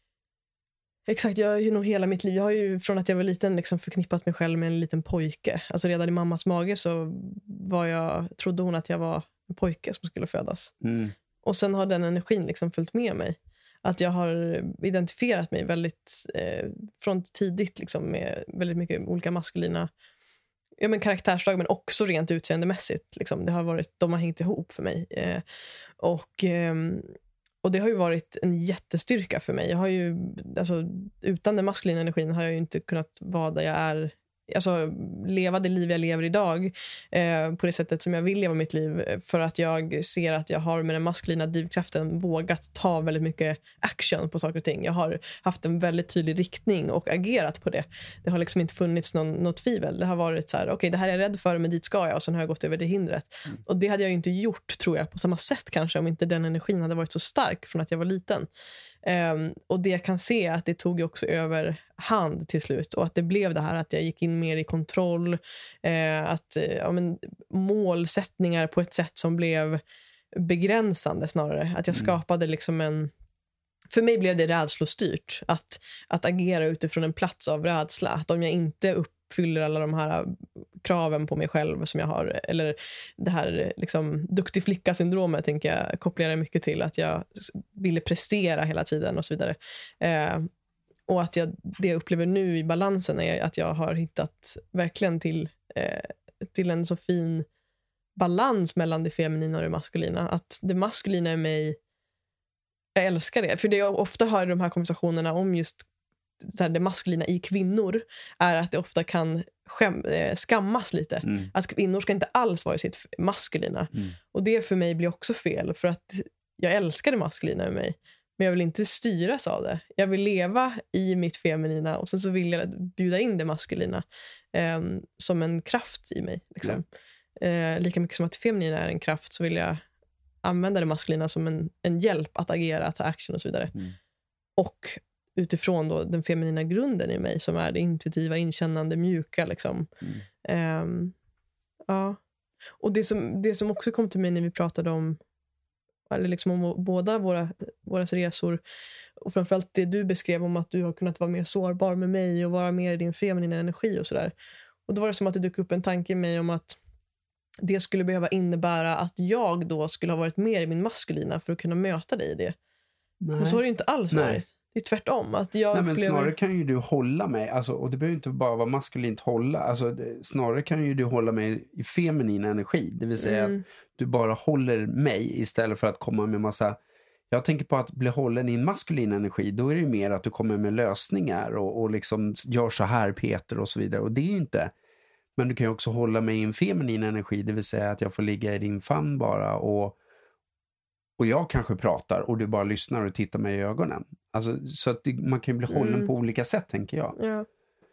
exakt, jag har ju nog hela mitt liv, jag har ju från att jag var liten liksom förknippat mig själv med en liten pojke. Alltså redan i mammas mage så var jag, trodde hon att jag var en pojke som skulle födas. Mm. Och sen har den energin liksom följt med mig. Att jag har identifierat mig väldigt eh, från tidigt liksom med väldigt mycket olika maskulina ja, men karaktärsdrag, men också rent utseendemässigt. Liksom. Det har varit, de har hängt ihop för mig. Eh, och, eh, och det har ju varit en jättestyrka för mig. Jag har ju, alltså, utan den maskulina energin har jag ju inte kunnat vara där jag är. Alltså leva det liv jag lever idag eh, på det sättet som jag vill leva mitt liv, för att jag ser att jag har med den maskulina drivkraften vågat ta väldigt mycket action på saker och ting. Jag har haft en väldigt tydlig riktning och agerat på det. Det har liksom inte funnits någon, något tvivel. Det har varit så här, okej, okay, det här är jag rädd för, men dit ska jag, och sen har jag gått över det hindret. Mm. Och det hade jag ju inte gjort, tror jag, på samma sätt kanske, om inte den energin hade varit så stark från att jag var liten. Um, och det jag kan se att det tog ju också över hand till slut, och att det blev det här att jag gick in mer i kontroll, uh, att uh, ja, men, målsättningar på ett sätt som blev begränsande snarare, att jag mm. skapade liksom en, för mig blev det rädslostyrt att, att agera utifrån en plats av rädsla, att om jag inte uppfyller alla de här kraven på mig själv som jag har, eller det här liksom duktig flicka-syndromet, tänker jag, kopplar jag mycket till att jag ville prestera hela tiden och så vidare. Eh, och att jag, det jag upplever nu i balansen är att jag har hittat verkligen till, eh, till en så fin balans mellan det feminina och det maskulina. Att det maskulina i mig, jag älskar det. För det jag ofta hör i de här konversationerna om just så här, det maskulina i kvinnor är att det ofta kan skäm, eh, skammas lite. Mm. Att kvinnor ska inte alls vara i sitt maskulina. Mm. Och det för mig blir också fel, för att jag älskar det maskulina i mig, men jag vill inte styras av det. Jag vill leva i mitt feminina, och sen så vill jag bjuda in det maskulina eh, som en kraft i mig. Liksom. Mm. Eh, lika mycket som att det feminina är en kraft, så vill jag använda det maskulina som en, en hjälp att agera, ta action och så vidare. Mm. Och utifrån då den feminina grunden i mig, som är det intuitiva, inkännande, mjuka liksom. Mm. Um, ja. Och det som, det som också kom till mig när vi pratade om, eller liksom om båda våra, våra resor, och framförallt det du beskrev om att du har kunnat vara mer sårbar med mig och vara mer i din feminina energi och sådär. Och då var det som att det dök upp en tanke i mig om att det skulle behöva innebära att jag då skulle ha varit mer i min maskulina för att kunna möta dig i det. Nej. Och så har det inte alls varit. Nej. Det är tvärtom. Att jag Nej, men upplever... snarare kan ju du hålla mig, alltså, och det behöver inte bara vara maskulint hålla, alltså, det, snarare kan ju du hålla mig i feminin energi, det vill säga mm. att du bara håller mig istället för att komma med massa, jag tänker på att bli hållen i en maskulin energi, då är det ju mer att du kommer med lösningar och, och liksom gör så här Peter och så vidare, och det är ju inte, men du kan ju också hålla mig i en feminin energi, det vill säga att jag får ligga i din famn bara, och Och jag kanske pratar och du bara lyssnar och tittar mig i ögonen. Alltså, så att det, man kan ju bli hållen mm. på olika sätt, tänker jag. Ja.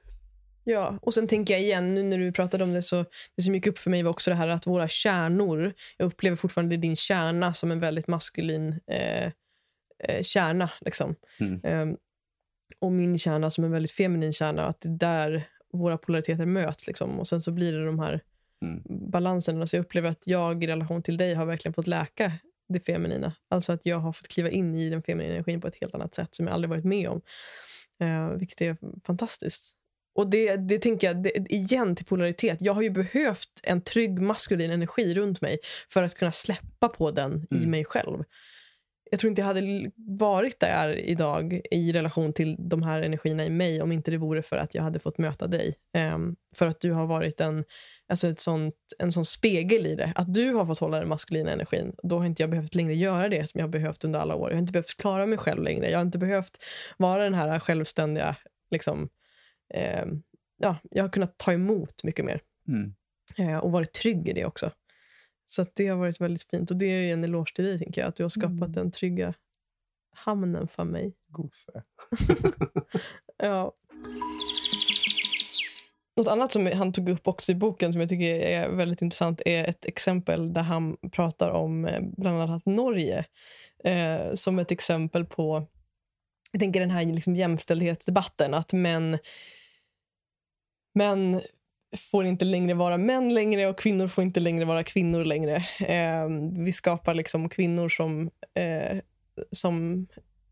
Ja, och sen tänker jag igen, nu när du pratade om det, så det som gick upp för mig var också det här att våra kärnor, jag upplever fortfarande din kärna som en väldigt maskulin eh, eh, kärna, liksom. Mm. Eh, och min kärna som en väldigt feminin kärna, att det där våra polariteter möts, liksom. Och sen så blir det de här mm. balanserna. Så jag upplever att jag i relation till dig har verkligen fått läka det feminina. Alltså att jag har fått kliva in i den feminina energin på ett helt annat sätt som jag aldrig varit med om. Uh, vilket är fantastiskt. Och det, det tänker jag, det, igen till polaritet. Jag har ju behövt en trygg maskulin energi runt mig för att kunna släppa på den mm. i mig själv. Jag tror inte jag hade varit där idag i relation till de här energierna i mig om inte det vore för att jag hade fått möta dig. Um, för att du har varit en, alltså ett sånt, en sån spegel i det. Att du har fått hålla den maskulina energin. Då har inte jag behövt längre göra det som jag har behövt under alla år. Jag har inte behövt klara mig själv längre. Jag har inte behövt vara den här självständiga, liksom, um, ja, jag har kunnat ta emot mycket mer. Mm. Eh, och varit trygg i det också. Så att det har varit väldigt fint. Och det är en eloge till dig, tänker jag. Att du har skapat mm. den trygga hamnen för mig. Gose. Ja. Något annat som han tog upp också i boken som jag tycker är väldigt intressant är ett exempel där han pratar om bland annat Norge eh, som ett exempel på, jag tänker den här liksom jämställdhetsdebatten, att män män får inte längre vara män längre och kvinnor får inte längre vara kvinnor längre. Eh, vi skapar liksom kvinnor som eh, som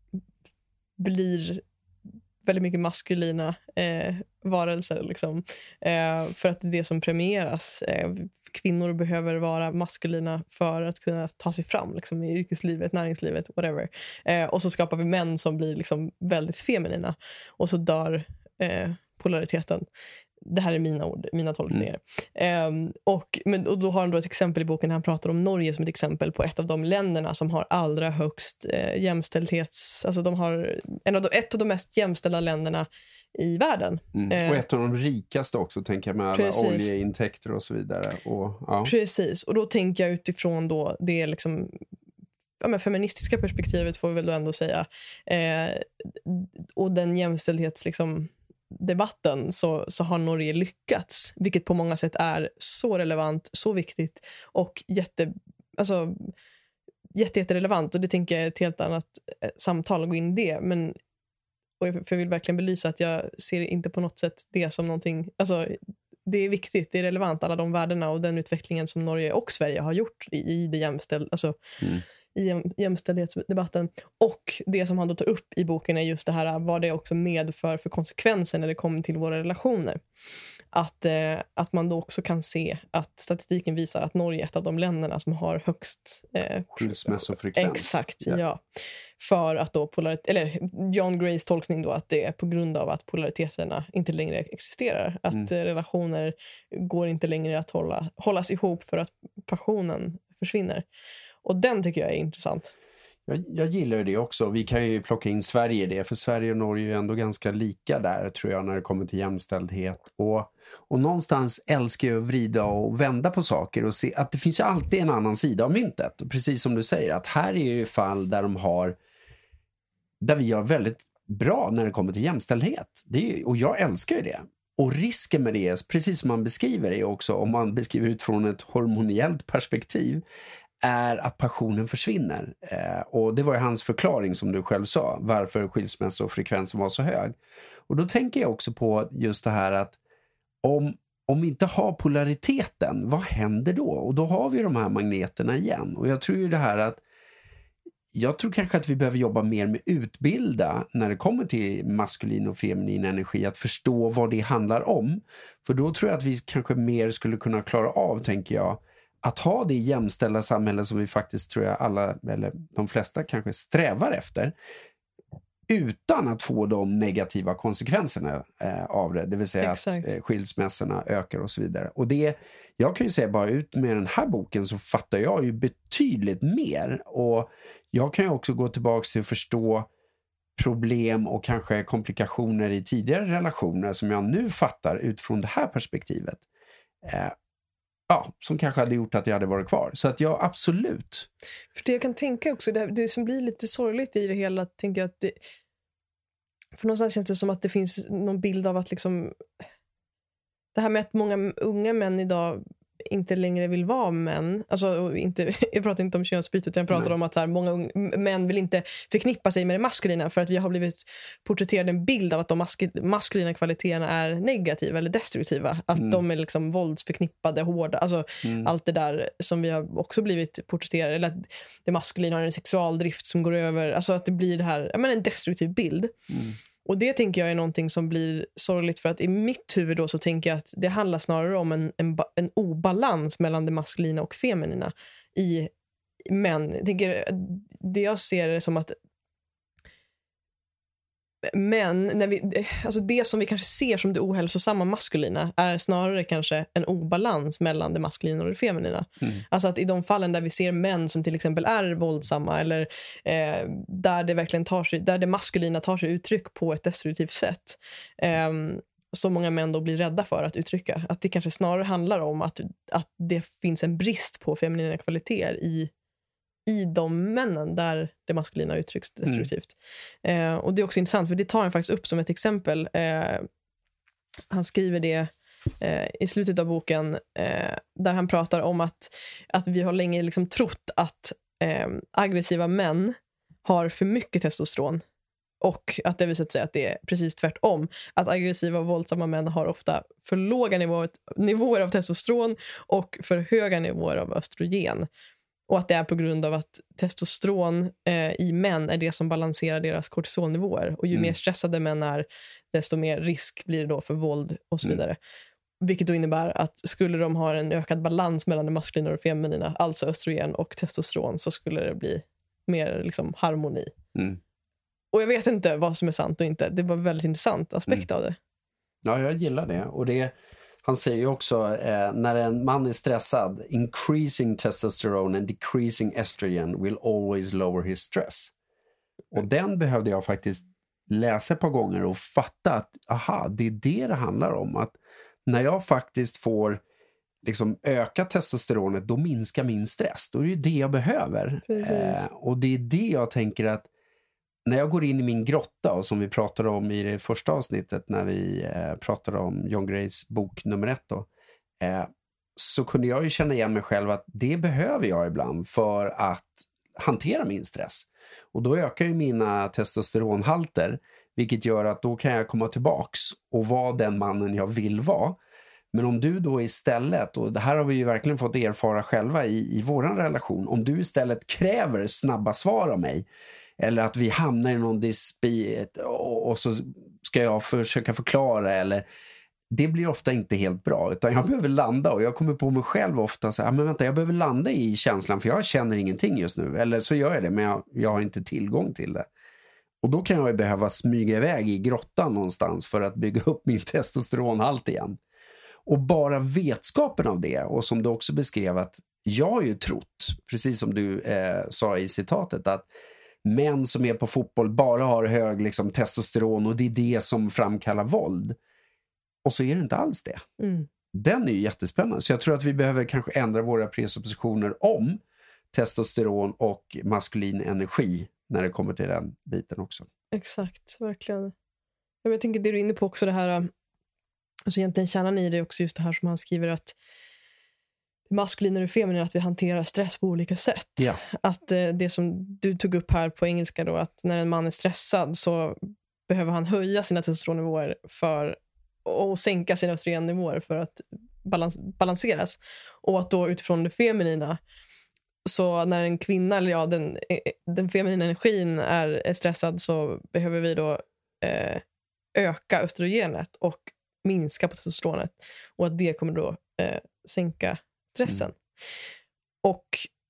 blir väldigt mycket maskulina eh, varelser liksom. Eh, för att det är det som premieras. Eh, kvinnor behöver vara maskulina för att kunna ta sig fram liksom, i yrkeslivet, näringslivet, whatever. Eh, och så skapar vi män som blir liksom, väldigt feminina. Och så dör eh, polariteten. Det här är mina ord, mina tolkningar. Mm. Um, och, men, och då har han då ett exempel i boken. Han pratar om Norge som ett exempel på ett av de länderna som har allra högst eh, jämställdhets... Alltså de har en av de, ett av de mest jämställda länderna i världen. Mm. Och ett av de rikaste också, tänker jag, med alla Precis. oljeintäkter och så vidare. Och, ja. Precis, och då tänker jag utifrån då det liksom... Ja, men feministiska perspektivet får vi väl då ändå säga. Eh, och den jämställdhets... Liksom, debatten så, så har Norge lyckats, vilket på många sätt är så relevant, så viktigt och jätte, alltså, jätte, jätterelevant, och det tänker jag är ett helt annat samtal att gå in i det, men och jag, för jag vill verkligen belysa att jag ser inte på något sätt det som någonting, alltså det är viktigt, det är relevant, alla de värdena och den utvecklingen som Norge och Sverige har gjort i, i det jämställda, alltså mm. i jämställdhetsdebatten. Och det som han då tar upp i boken är just det här, vad det också medför för konsekvenser när det kommer till våra relationer. Att, eh, att man då också kan se att statistiken visar att Norge är ett av de länderna som har högst eh, skilsmässofrekvens. Exakt, yeah. ja. För att då polarit- eller John Grays tolkning då, att det är på grund av att polariteterna inte längre existerar. Att mm. relationer går inte längre att hålla, hållas ihop för att passionen försvinner. Och den tycker jag är intressant. Jag, jag gillar det också. Vi kan ju plocka in Sverige i det. För Sverige och Norge är ändå ganska lika där, tror jag, när det kommer till jämställdhet. Och, och någonstans älskar jag att vrida och vända på saker och se att det finns ju alltid en annan sida av myntet. Och precis som du säger, att här är ju fall där de har, där vi gör väldigt bra när det kommer till jämställdhet. Det är, och jag älskar ju det. Och risken med det, precis som man beskriver det också, om man beskriver utifrån ett hormoniellt perspektiv, är att passionen försvinner. Eh, och det var ju hans förklaring, som du själv sa, varför skilsmässofrekvensen var så hög. Och då tänker jag också på just det här att om, om vi inte har polariteten, vad händer då? Och då har vi de här magneterna igen. Och jag tror ju det här att jag tror kanske att vi behöver jobba mer med utbilda när det kommer till maskulin och feminin energi, att förstå vad det handlar om. För då tror jag att vi kanske mer skulle kunna klara av, tänker jag, att ha det jämställda samhälle som vi faktiskt, tror jag, alla, eller de flesta kanske strävar efter, utan att få de negativa konsekvenserna eh, av det. Det vill säga Exakt. att eh, skilsmässorna ökar och så vidare. Och det, jag kan ju säga, bara ut med den här boken så fattar jag ju betydligt mer. Och jag kan ju också gå tillbaka till att förstå problem och kanske komplikationer i tidigare relationer som jag nu fattar utifrån det här perspektivet. Eh, Ja, som kanske hade gjort att jag hade varit kvar. Så att jag absolut. För det jag kan tänka också, det, det som blir lite sorgligt i det hela, tänker jag att det, för någonstans känns det som att det finns någon bild av att liksom, det här med att många unga män idag inte längre vill vara män. Alltså, inte, jag pratar inte om könsbyte, utan jag pratar Nej. om att så här, många unga män vill inte förknippa sig med det maskulina, för att vi har blivit porträtterade en bild av att de mask- maskulina kvaliteterna är negativa eller destruktiva. Att mm. de är liksom våldsförknippade, hårda. Alltså mm. allt det där som vi har också blivit porträtterade. Eller att det maskulina har en sexualdrift som går över. Alltså att det blir det här, jag menar, en destruktiv bild. Mm. Och det tänker jag är någonting som blir sorgligt, för att i mitt huvud då så tänker jag att det handlar snarare om en, en, en obalans mellan det maskulina och feminina i män. Jag tänker, det jag ser är som att men när vi, alltså det som vi kanske ser som det ohälsosamma maskulina är snarare kanske en obalans mellan det maskulina och det feminina. Mm. Alltså att i de fallen där vi ser män som till exempel är våldsamma, eller eh, där det verkligen tar sig, där det maskulina tar sig uttryck på ett destruktivt sätt, eh, så många män då blir rädda för att uttrycka. Att det kanske snarare handlar om att, att det finns en brist på feminina kvaliteter i, i de männen där det maskulina uttrycks destruktivt. Mm. Eh, och det är också intressant, för det tar han faktiskt upp som ett exempel. Eh, han skriver det eh, i slutet av boken eh, där han pratar om att, att vi har länge liksom trott att eh, aggressiva män har för mycket testosteron. Och att det visat sig att det är precis tvärtom. Att aggressiva och våldsamma män har ofta för låga nivåer, nivåer av testosteron och för höga nivåer av östrogen. Och att det är på grund av att testosteron eh, i män är det som balanserar deras kortisolnivåer. Och ju mm. mer stressade män är, desto mer risk blir det då för våld och så vidare. Mm. Vilket då innebär att skulle de ha en ökad balans mellan det maskulina och det feminina, alltså östrogen och testosteron, så skulle det bli mer liksom harmoni. Mm. Och jag vet inte vad som är sant och inte. Det var en väldigt intressant aspekt mm. av det. Ja, jag gillar det. Och det, han säger ju också, eh, när en man är stressad, increasing testosterone and decreasing estrogen will always lower his stress. Och den behövde jag faktiskt läsa ett par gånger och fatta att, aha, det är det det handlar om. Att när jag faktiskt får liksom öka testosteronet, då minskar min stress. Då är det det jag behöver. Eh, och det är det jag tänker att när jag går in i min grotta, och som vi pratade om i det första avsnittet när vi eh, pratade om John Grays bok nummer ett då, eh, så kunde jag ju känna igen mig själv att det behöver jag ibland för att hantera min stress. Och då ökar ju mina testosteronhalter, vilket gör att då kan jag komma tillbaks och vara den mannen jag vill vara. Men om du då istället, och det här har vi ju verkligen fått erfara själva i, i våran relation, om du istället kräver snabba svar av mig, eller att vi hamnar i någon dispyt och, och så ska jag försöka förklara, eller det blir ofta inte helt bra, utan jag behöver landa, och jag kommer på mig själv ofta så här, men vänta, jag behöver landa i känslan för jag känner ingenting just nu, eller så gör jag det men jag, jag har inte tillgång till det, och då kan jag ju behöva smyga iväg i grottan någonstans för att bygga upp min testosteronhalt igen. Och bara vetskapen av det, och som du också beskrev, att jag har ju trott, precis som du eh, sa i citatet, att män som är på fotboll bara har hög liksom, testosteron, och det är det som framkallar våld. Och så är det inte alls det. Mm. Den är ju jättespännande. Så jag tror att vi behöver kanske ändra våra presuppositioner om testosteron och maskulin energi när det kommer till den biten också. Exakt, verkligen. Jag tänker det du är inne på också, det här, alltså egentligen kärnan i det också, just det här som han skriver, att maskulina och feminina, att vi hanterar stress på olika sätt. Ja. Att eh, det som du tog upp här på engelska då, att när en man är stressad så behöver han höja sina testosteronnivåer för och sänka sina östrogennivåer för att balans, balanseras. Och att då utifrån det feminina, så när en kvinna, eller ja, den, den feminina energin är, är stressad, så behöver vi då eh, öka östrogenet och minska på testosteronet. Och att det kommer då eh, sänka stressen. Mm. Och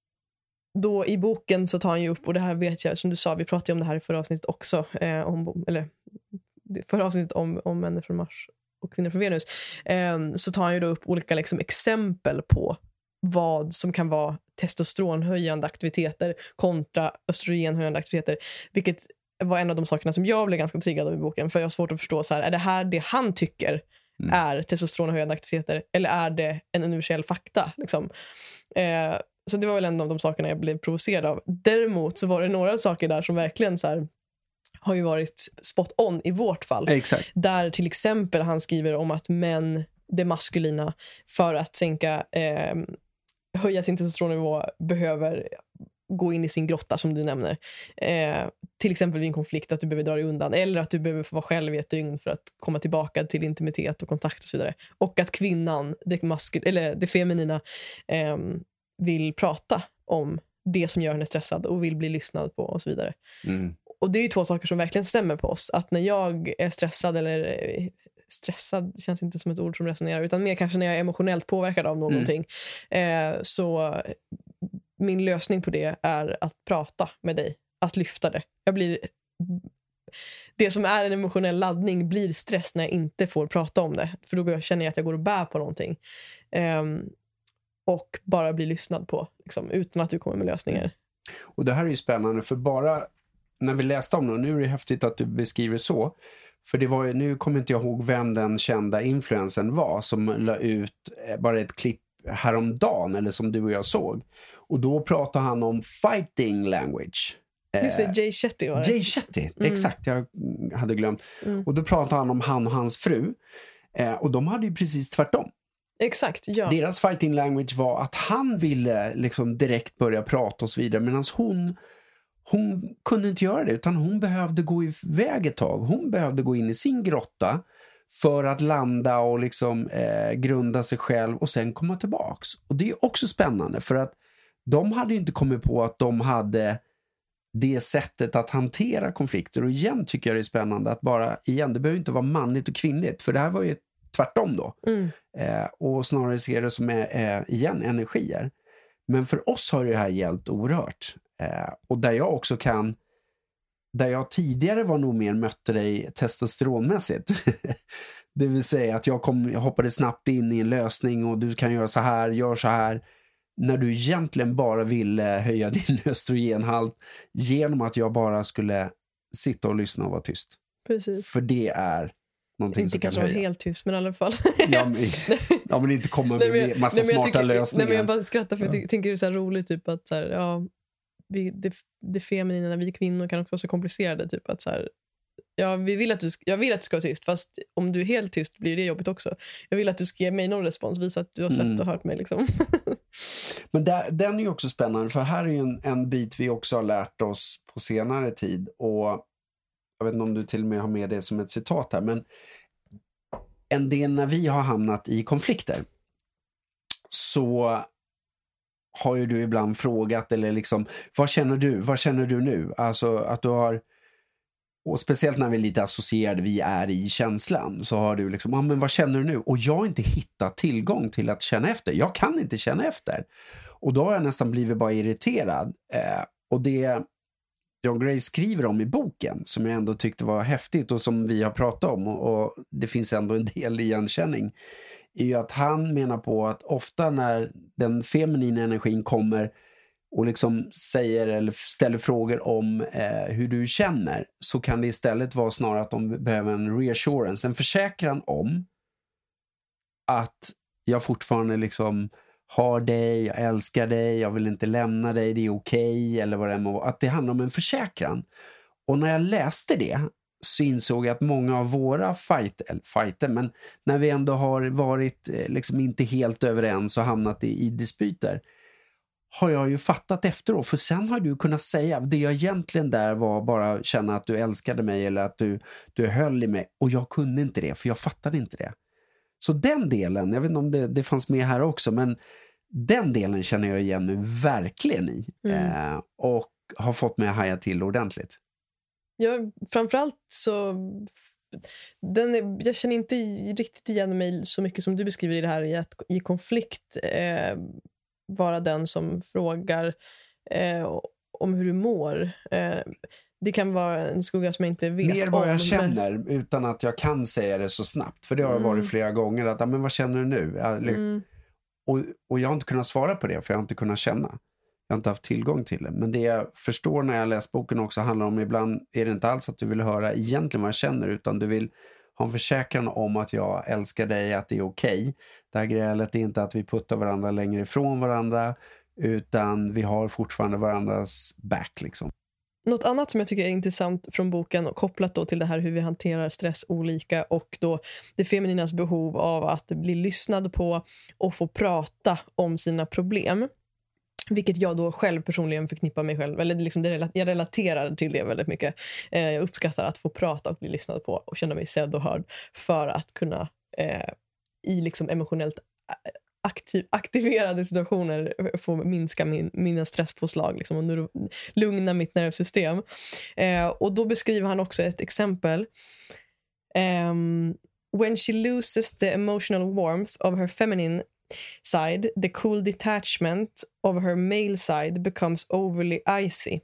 då i boken så tar han ju upp, och det här vet jag, som du sa, vi pratade om det här i förra avsnittet också, eh, om, eller förra avsnittet om, om män från Mars och kvinnor från Venus, eh, så tar han ju då upp olika liksom, exempel på vad som kan vara testosteronhöjande aktiviteter kontra östrogenhöjande aktiviteter, vilket var en av de sakerna som jag blev ganska triggad av i boken, för jag har svårt att förstå så här, är det här det han tycker mm. är testosteronhöjande aktiviteter, eller är det en universell fakta liksom? Eh, så det var väl en av de sakerna jag blev provocerad av. Däremot så var det några saker där som verkligen så här, har ju varit spot on i vårt fall. Exakt. Där till exempel han skriver om att män, det maskulina, för att sänka eh, höja sin testosteronnivå behöver gå in i sin grotta, som du nämner. Eh, till exempel vid en konflikt, att du behöver dra dig undan, eller att du behöver få vara själv i ett dygn för att komma tillbaka till intimitet och kontakt och så vidare. Och att kvinnan, det, maskul- eller det feminina, eh, vill prata om det som gör henne stressad och vill bli lyssnad på och så vidare. Mm. Och det är ju två saker som verkligen stämmer på oss. Att när jag är stressad, eller stressad känns inte som ett ord som resonerar, utan mer kanske när jag är emotionellt påverkad av någonting, mm. eh, så min lösning på det är att prata med dig, att lyfta det. Jag blir, det som är en emotionell laddning blir stress när jag inte får prata om det, för då känner jag att jag går och bär på någonting, eh, och bara blir lyssnad på liksom, utan att du kommer med lösningar. Och det här är ju spännande, för bara när vi läste om det, och nu är det häftigt att du beskriver så, för det var ju, nu kommer inte jag ihåg vem den kända influensen var som la ut bara ett klipp häromdagen, eller som du och jag såg, och då pratade han om fighting language. Just det, Jay Shetty var det. Jay Shetty, mm. exakt, jag hade glömt. Mm. Och då pratade han om han och hans fru, eh, och de hade ju precis tvärtom. Exakt, ja. Deras fighting language var att han ville liksom direkt börja prata och så vidare, medan hon hon kunde inte göra det, utan hon behövde gå iväg ett tag. Hon behövde gå in i sin grotta för att landa och liksom eh, grunda sig själv och sen komma tillbaks. Och det är också spännande, för att de hade ju inte kommit på att de hade det sättet att hantera konflikter. Och igen tycker jag det är spännande att bara, igen, det behöver inte vara manligt och kvinnligt, för det här var ju tvärtom då. Mm. Eh, och snarare ser det som är, eh, igen, energier. Men för oss har det här hjälpt oerhört. Eh, och där jag också kan, där jag tidigare var nog mer mötte dig testosteronmässigt. Det vill säga att jag, kom, jag hoppade snabbt in i en lösning och du kan göra så här, gör så här. När du egentligen bara ville höja din östrogenhalt genom att jag bara skulle sitta och lyssna och vara tyst. Precis. För det är någonting inte som kanske kan vara helt tyst, men i alla fall. ja, men, ja, men inte komma med nej, men, massa nej, smarta tycker, lösningar. Nej, men jag bara skrattar för ja. jag tänker det är så här roligt typ att så här, ja, vi, det, det feminina när vi kvinnor kan också vara så komplicerade typ att så här, ja, vi vill att du, jag vill att du ska vara tyst, fast om du är helt tyst blir det jobbigt också. Jag vill att du ska ge mig någon respons, visa att du har sett mm. och hört mig liksom. Men där, den är ju också spännande, för här är ju en, en bit vi också har lärt oss på senare tid, och jag vet inte om du till och med har med det som ett citat här, men en del när vi har hamnat i konflikter så har ju du ibland frågat, eller liksom, vad känner du? Vad känner du nu? Alltså att du har, och speciellt när vi är lite associerade, vi är i känslan, så har du liksom, ah, men vad känner du nu? Och jag har inte hittat tillgång till att känna efter. Jag kan inte känna efter. Och då har jag nästan blivit bara irriterad. Eh, och det John Gray skriver om i boken, som jag ändå tyckte var häftigt och som vi har pratat om, och, och det finns ändå en del igenkänning, är ju att han menar på att ofta när den feminina energin kommer och liksom säger eller ställer frågor om eh, hur du känner, så kan det istället vara snarare att de behöver en reassurance, en försäkran om att jag fortfarande liksom har dig, jag älskar dig, jag vill inte lämna dig, det är okej, eller vad det är med, att det handlar om en försäkran. Och när jag läste det så insåg jag att många av våra fight, eller fighter, men när vi ändå har varit liksom inte helt överens och hamnat i, i dispyter, har jag ju fattat efteråt. För sen har du kunnat säga, det jag egentligen där var bara känna att du älskade mig, eller att du, du höll i mig, och jag kunde inte det, för jag fattade inte det. Så den delen, jag vet inte om det, det fanns med här också, men den delen känner jag igen nu verkligen i. Mm. Eh, och har fått mig att haja till ordentligt. Ja, framförallt så den är, jag känner inte riktigt igen mig så mycket som du beskriver i det här, i att i konflikt eh, vara den som frågar eh, om hur du mår. Eh, det kan vara en skugga som jag inte vet mer vad jag om, känner, men utan att jag kan säga det så snabbt. För det har mm. varit flera gånger att, ja, men vad känner du nu? Mm. Och, och jag har inte kunnat svara på det, för jag har inte kunnat känna. Jag har inte haft tillgång till det. Men det jag förstår när jag läst boken också handlar om, ibland är det inte alls att du vill höra egentligen vad jag känner, utan du vill ha en försäkran om att jag älskar dig, att det är okej. Det här grälet är inte att vi puttar varandra längre ifrån varandra, utan vi har fortfarande varandras back liksom. Något annat som jag tycker är intressant från boken, och kopplat då till det här hur vi hanterar stress olika, och då det femininas behov av att bli lyssnad på och få prata om sina problem. Vilket jag då själv personligen förknippar mig själv, eller liksom det, jag relaterar till det väldigt mycket. Eh, jag uppskattar att få prata och bli lyssnad på och känna mig sedd och hörd, för att kunna eh, i liksom emotionellt aktiv, aktiverade situationer få minska min, mina stresspåslag liksom, och nu, lugna mitt nervsystem. Eh, och då beskriver han också ett exempel. Um, when she loses the emotional warmth of her feminine side, the cool detachment of her male side becomes overly icy.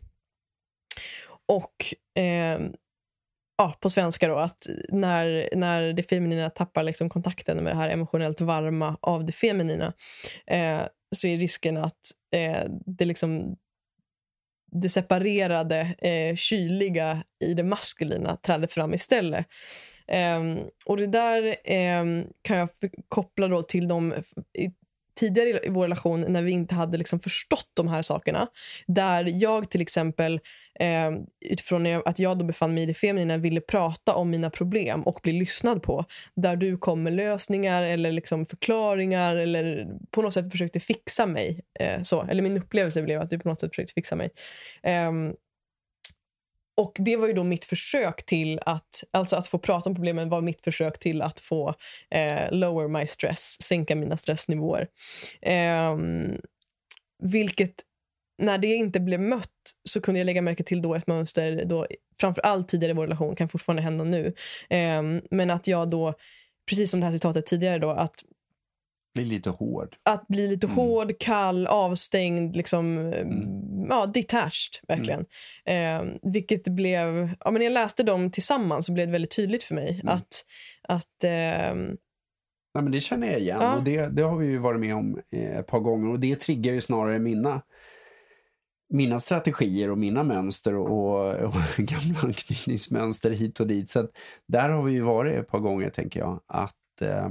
Och eh, ja, på svenska då, att när, när det feminina tappar liksom kontakten med det här emotionellt varma av det feminina, eh, så är risken att eh, det liksom det separerade, eh, kyliga i det maskulina trädde fram istället. Um, och det där um, kan jag koppla då till de i, tidigare i vår relation när vi inte hade liksom förstått de här sakerna. Där jag till exempel eh, utifrån att jag då befann mig i det feminina ville prata om mina problem och bli lyssnad på. Där du kom med lösningar eller liksom förklaringar eller på något sätt försökte fixa mig. Eh, så. Eller min upplevelse blev att du på något sätt försökte fixa mig. Um, Och det var ju då mitt försök till att, alltså att få prata om problemen var mitt försök till att få eh, lower my stress, sänka mina stressnivåer. Eh, vilket, när det inte blev mött så kunde jag lägga märke till då ett mönster, då, framförallt tidigare i vår relation, kan fortfarande hända nu. Eh, men att jag då, precis som det här citatet tidigare då, att bli lite hård. Att bli lite mm. hård, kall, avstängd, liksom, mm. ja, detached, verkligen. Mm. Eh, vilket blev, ja, men när jag läste dem tillsammans så blev det väldigt tydligt för mig mm. att, att eh, ja, men det känner jag igen ja. och det, det har vi ju varit med om ett par gånger och det triggar ju snarare mina mina strategier och mina mönster och, och gamla anknytningsmönster hit och dit. Så att där har vi ju varit ett par gånger, tänker jag, att eh,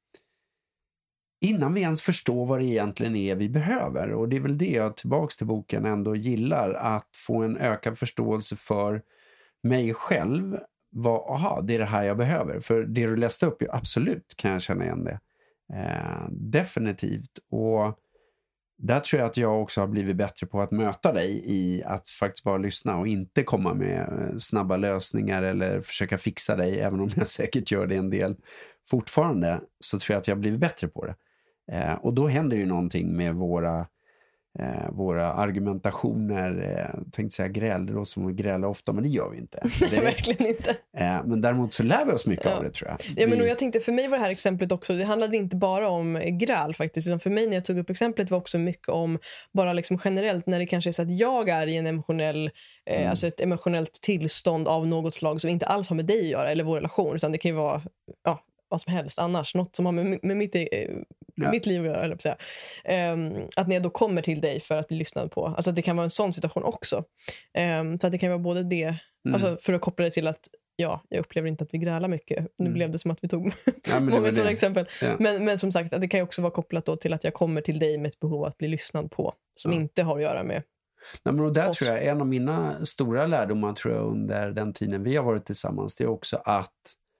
innan vi ens förstår vad det egentligen är vi behöver. Och det är väl det jag tillbaks till boken ändå gillar. Att få en ökad förståelse för mig själv. Vad, aha, det är det här jag behöver. För det du läste upp, absolut kan jag känna igen det. Eh, definitivt. Och där tror jag att jag också har blivit bättre på att möta dig i att faktiskt bara lyssna och inte komma med snabba lösningar eller försöka fixa dig. Även om jag säkert gör det en del fortfarande, så tror jag att jag har blivit bättre på det. Eh, och då händer ju någonting med våra, eh, våra argumentationer. Eh, tänkte säga gräl, det låter som att gräla ofta, men det gör vi inte. Nej, verkligen inte. Eh, men däremot så lär vi oss mycket ja. av det, tror jag. Ja, men vi... jag tänkte, för mig var det här exemplet också, det handlade inte bara om gräl faktiskt, utan för mig när jag tog upp exemplet var också mycket om bara liksom generellt när det kanske är så att jag är i en emotionell, eh, mm. alltså ett emotionellt tillstånd av något slag som inte alls har med dig att göra eller vår relation, utan det kan ju vara, ja, vad som helst annars, något som har med, med mitt, eh, ja. mitt liv att göra, eller på att säga. Um, att när jag då kommer till dig för att bli lyssnad på, alltså att det kan vara en sån situation också. Um, så att det kan vara både det, mm. alltså för att koppla det till att ja, jag upplever inte att vi grälar mycket. Nu mm. blev det som att vi tog ja, många sådana exempel. Ja. Men, men som sagt, att det kan ju också vara kopplat då till att jag kommer till dig med ett behov att bli lyssnad på, som ja. inte har att göra med Nej, men och där oss. tror jag, en av mina stora lärdomar tror jag under den tiden vi har varit tillsammans, det är också att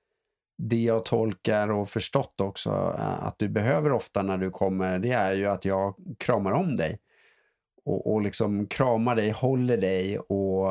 det jag tolkar och förstått också att du behöver ofta när du kommer, det är ju att jag kramar om dig. Och, och liksom kramar dig, håller dig och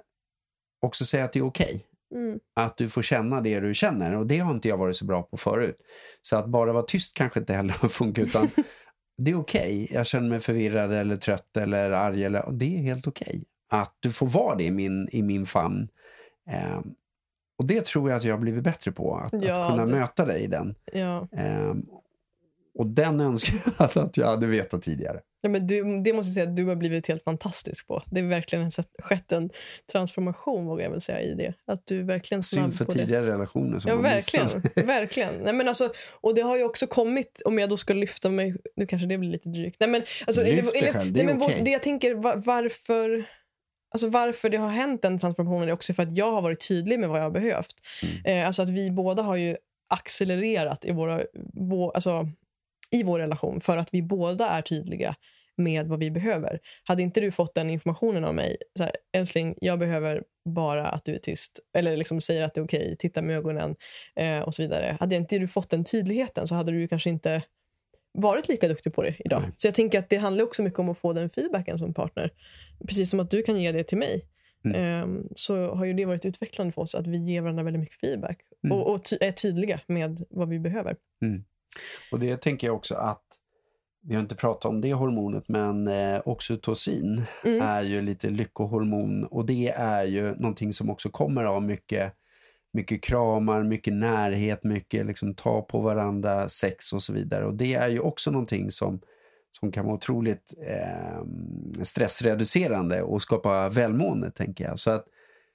också säger att det är okej. Mm. Att du får känna det du känner. Och det har inte jag varit så bra på förut. Så att bara vara tyst kanske inte heller har funkat, utan det är okej. Jag känner mig förvirrad eller trött eller arg. Eller, och det är helt okej. Att du får vara det i min, i min famn. Um, Och det tror jag att jag har blivit bättre på. Att, ja, att kunna du... möta dig i den. Ja. Um, och den önskar jag att jag hade vetat tidigare. Ja, men du, det måste jag säga att du har blivit helt fantastisk på. Det är verkligen skett en transformation, vågar jag väl säga, i det. Att du verkligen snabb Synd för på tidigare det. relationer som ja, verkligen. verkligen. Nej, men alltså, och det har ju också kommit, om jag då ska lyfta mig, nu kanske det blir lite drygt. Nej, men, alltså, Lyft dig själv, det är nej, men, okej. Det jag tänker, var, varför... Alltså varför det har hänt den transformationen är också för att jag har varit tydlig med vad jag har behövt. Mm. Eh, alltså att vi båda har ju accelererat i, våra, vår, alltså, i vår relation för att vi båda är tydliga med vad vi behöver. Hade inte du fått den informationen av mig, så här, älskling, jag behöver bara att du är tyst, eller liksom säger att det är okej, titta med ögonen eh, och så vidare. Hade inte du fått den tydligheten så hade du kanske inte varit lika duktig på det idag. Mm. Så jag tänker att det handlar också mycket om att få den feedbacken som partner. Precis som att du kan ge det till mig. Mm. Um, så har ju det varit utvecklande för oss att vi ger varandra väldigt mycket feedback. Mm. Och, och ty- är tydliga med vad vi behöver. Mm. Och det tänker jag också att vi har inte pratat om det hormonet, men eh, oxytocin mm. är ju lite lyckohormon. Och det är ju någonting som också kommer av mycket mycket kramar, mycket närhet, mycket liksom ta på varandra, sex och så vidare. Och det är ju också någonting som, som kan vara otroligt eh, stressreducerande och skapa välmående, tänker jag. Så att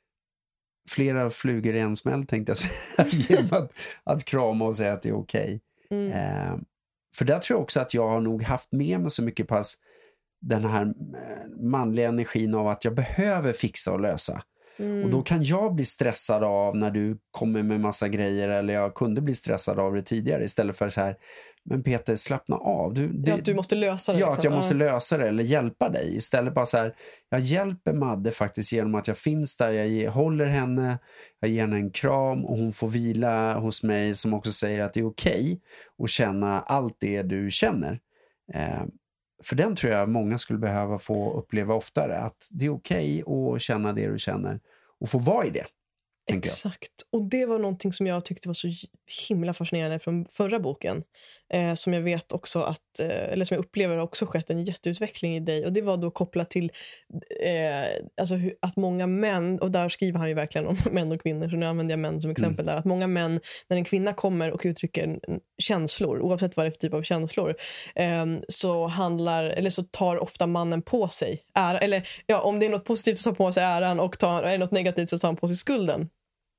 flera flugor i en smäll, tänkte jag säga, genom att, att krama och säga att det är okej. Okay. Mm. Eh, för där tror jag också att jag har nog haft med mig så mycket pass den här manliga energin av att jag behöver fixa och lösa. Mm. Och då kan jag bli stressad av när du kommer med massa grejer, eller jag kunde bli stressad av det tidigare, istället för så här, men Peter, slappna av. Du, det, ja, att du måste lösa det. Ja, liksom. att jag måste ja. lösa det eller hjälpa dig. Istället bara så här, jag hjälper Madde faktiskt genom att jag finns där, jag ge, håller henne, jag ger henne en kram och hon får vila hos mig, som också säger att det är okej att känna allt det du känner. Eh, för den tror jag många skulle behöva få uppleva oftare, att det är okej att känna det du känner och få vara i det. Exakt. Och det var någonting som jag tyckte var så himla fascinerande från förra boken. Eh, som jag vet också att, eh, eller som jag upplever också skett en jätteutveckling i dig. Och det var då kopplat till eh, alltså hur, att många män, och där skriver han ju verkligen om män och kvinnor, så nu använder jag män som exempel mm. där. Att många män, när en kvinna kommer och uttrycker känslor, oavsett vad det är för typ av känslor, eh, så handlar, eller så tar ofta mannen på sig ära, eller ja, om det är något positivt så tar på sig äran, och tar, är det något negativt så tar han på sig skulden.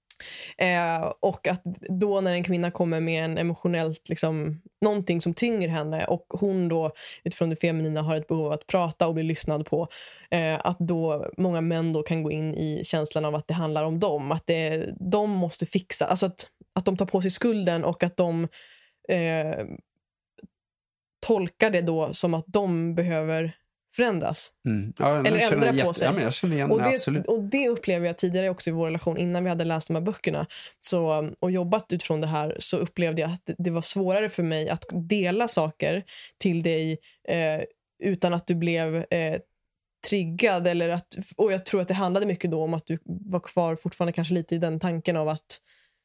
Eh, och att då när en kvinna kommer med en emotionellt liksom, någonting som tynger henne, och hon då utifrån det feminina har ett behov av att prata och bli lyssnad på, eh, att då många män då kan gå in i känslan av att det handlar om dem, att det, de måste fixa, alltså att, att de tar på sig skulden, och att de eh, tolkar det då som att de behöver förändras. Mm. Ja, eller ändra på jätte... sig. Ja, men jag känner igen och, det, det, absolut. och det upplever jag tidigare också i vår relation, innan vi hade läst de här böckerna så, och jobbat utifrån det här, så upplevde jag att det var svårare för mig att dela saker till dig eh, utan att du blev eh, triggad, eller att, och jag tror att det handlade mycket då om att du var kvar fortfarande kanske lite i den tanken av att,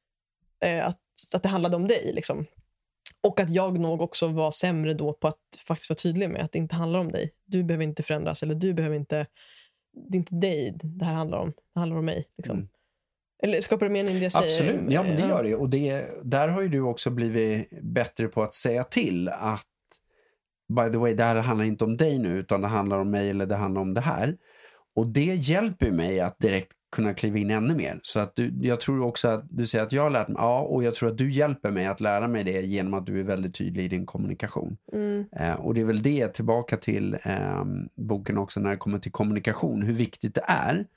eh, att, att det handlade om dig liksom. Och att jag nog också var sämre då på att faktiskt vara tydlig med att det inte handlar om dig. Du behöver inte förändras, eller du behöver inte, det är inte dig det här handlar om. Det handlar om mig. Liksom. Mm. Eller skapar det mening det jag säger? Absolut, ja men det gör det. Och det, där har ju du också blivit bättre på att säga till att by the way, det här handlar inte om dig nu, utan det handlar om mig, eller det handlar om det här. Och det hjälper mig att direkt kunna kliva in ännu mer. Så att du, jag tror också att du säger att jag har lärt mig, ja, och jag tror att du hjälper mig att lära mig det genom att du är väldigt tydlig i din kommunikation. Mm. Eh, och det är väl det, tillbaka till eh, boken också när det kommer till kommunikation, hur viktigt det är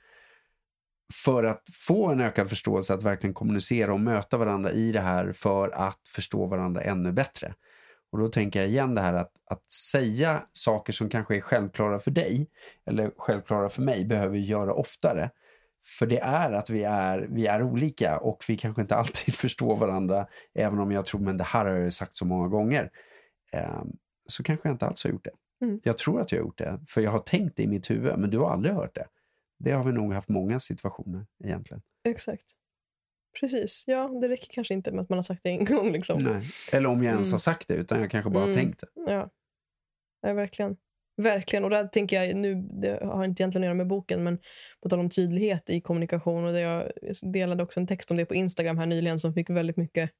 för att få en ökad förståelse, att verkligen kommunicera och möta varandra i det här för att förstå varandra ännu bättre. Och då tänker jag igen det här att, att säga saker som kanske är självklara för dig eller självklara för mig behöver vi göra oftare. För det är att vi är, vi är olika och vi kanske inte alltid förstår varandra, även om jag tror, men det här har jag sagt så många gånger. Eh, så kanske jag inte alls har gjort det. Mm. Jag tror att jag har gjort det, för jag har tänkt det i mitt huvud, men du har aldrig hört det. Det har vi nog haft många situationer egentligen. Exakt. Precis, ja, det räcker kanske inte med att man har sagt det en gång liksom. Nej. Eller om jag ens mm. har sagt det, utan jag kanske bara mm. har tänkt det. Ja, ja verkligen. Verkligen, och där tänker jag nu, det har inte egentligen att göra med boken, men på tal om tydlighet i kommunikation, och det jag delade också en text om det på Instagram här nyligen som fick väldigt mycket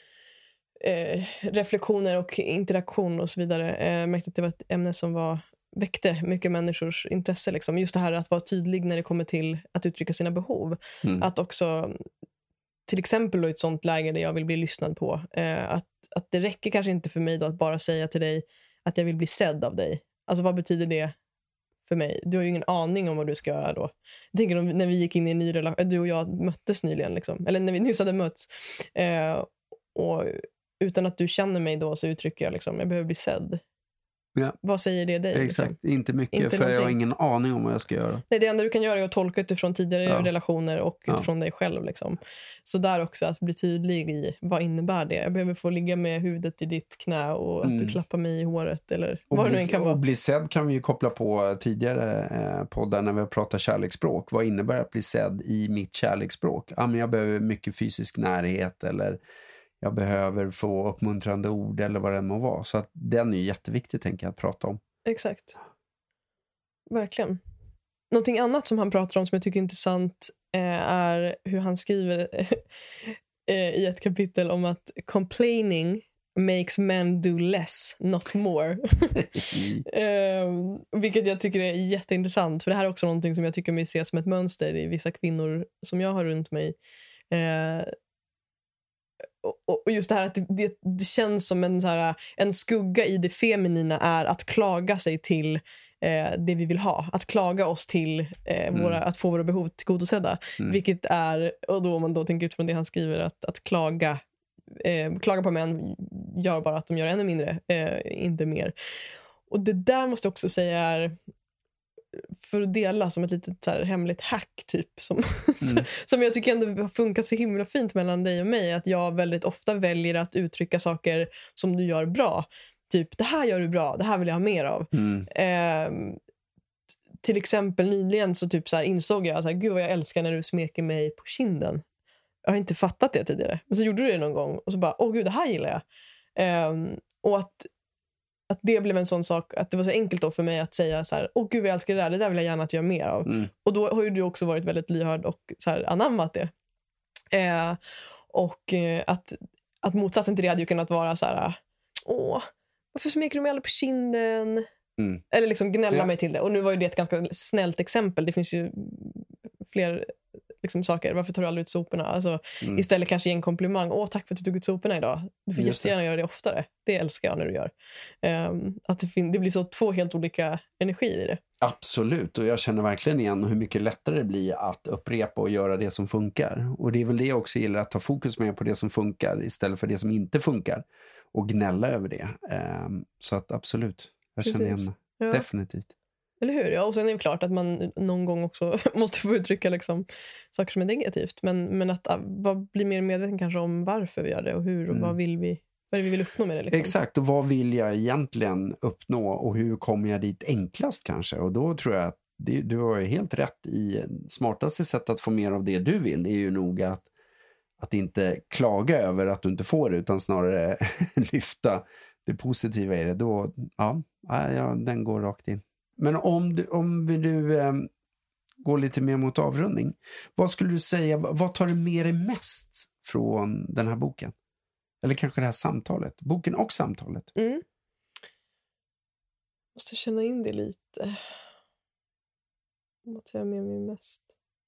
eh, reflektioner och interaktion och så vidare. Jag eh, märkte att det var ett ämne som var, väckte mycket människors intresse liksom. Just det här att vara tydlig när det kommer till att uttrycka sina behov. Mm. Att också, till exempel då i ett sånt läge där jag vill bli lyssnad på, eh, att, att det räcker kanske inte för mig då att bara säga till dig att jag vill bli sedd av dig. Alltså vad betyder det för mig? Du har ju ingen aning om vad du ska göra då. Jag tänker om, när vi gick in i en ny relation, du och jag möttes nyligen liksom, eller när vi nyss hade mötts. Eh, och utan att du känner mig då så uttrycker jag liksom, jag behöver bli sedd. Ja. Vad säger det dig? Exakt, liksom? Inte mycket, inte för någonting. Jag har ingen aning om vad jag ska göra. Nej, det enda du kan göra är att tolka utifrån tidigare ja. relationer och ja. utifrån dig själv. Liksom. Så där också, att bli tydlig i vad innebär det? Jag behöver få ligga med huvudet i ditt knä och mm. att du klappar mig i håret eller och vad bli, det nu kan vara. Och bli sedd kan vi ju koppla på tidigare eh, poddar när vi pratar kärleksspråk. Vad innebär att bli sedd i mitt kärleksspråk? Ja, men jag behöver mycket fysisk närhet, eller jag behöver få uppmuntrande ord eller vad det må vara. Så att den är ju jätteviktig, tänker jag, att prata om. Exakt. Verkligen. Någonting annat som han pratar om som jag tycker är intressant eh, är hur han skriver eh, i ett kapitel om att complaining makes men do less, not more. eh, vilket jag tycker är jätteintressant. För det här är också någonting som jag tycker mig se som ett mönster i vissa kvinnor som jag har runt mig. Eh, Och just det här att det, det, det känns som en, så här, en skugga i det feminina är att klaga sig till eh, det vi vill ha. Att klaga oss till eh, våra, Mm. att få våra behov tillgodosedda. Mm. Vilket är, och då om man då tänker utifrån det han skriver, att, att klaga eh, klaga på män gör bara att de gör ännu mindre, eh, inte mer. Och det där måste jag också säga är, för att dela som ett litet så här hemligt hack typ som, Mm. som jag tycker ändå har funkat så himla fint mellan dig och mig, att jag väldigt ofta väljer att uttrycka saker som du gör bra. Typ, det här gör du bra, det här vill jag ha mer av. Mm. Eh, till exempel nyligen så, typ så här insåg jag att så här, gud vad jag älskar när du smeker mig på kinden. Jag har inte fattat det tidigare. Men så gjorde du det någon gång och så bara, åh gud, det här gillar jag. Eh, och att Att det blev en sån sak, att det var så enkelt då för mig att säga så här, åh gud jag älskar det där, det där vill jag gärna att göra mer av. Mm. Och då har ju du också varit väldigt lyhörd och så här anammat det. Eh, och eh, att, att motsatsen till det hade ju kunnat vara så här, åh, varför smeker du mig aldrig på kinden? Mm. Eller liksom gnälla Ja. mig till det. Och nu var ju det ett ganska snällt exempel. Det finns ju fler liksom saker. Varför tar du aldrig ut soporna? Alltså, Mm. istället kanske ge en komplimang. Åh, tack för att du tog ut soporna idag. Du får Just det. jättegärna göra det oftare. Det älskar jag när du gör. Um, att det, fin- det blir så två helt olika energier i det. Absolut, och jag känner verkligen igen hur mycket lättare det blir att upprepa och göra det som funkar. Och det är väl det jag också gillar, att ta fokus med på det som funkar istället för det som inte funkar. Och gnälla över det. Um, så att absolut, jag känner Precis. igen Ja. definitivt. Eller hur? Ja, och sen är det klart att man någon gång också måste få uttrycka liksom saker som är negativt. Men, men att uh, vad blir mer medveten kanske om varför vi gör det och hur och Mm. vad vill vi, vad är det vi vill uppnå med det. Liksom. Exakt, och vad vill jag egentligen uppnå och hur kommer jag dit enklast kanske? Och då tror jag att det, du har ju helt rätt i smartaste sätt att få mer av det du vill är ju nog att, att inte klaga över att du inte får det utan snarare lyfta det positiva i det. Då, ja, ja, den går rakt in. Men om du, om vi nu eh, går lite mer mot avrundning, vad skulle du säga, vad tar du med dig mest från den här boken? Eller kanske det här samtalet, boken och samtalet? Mm. Måste känna in det lite. Vad tar jag med mig mest?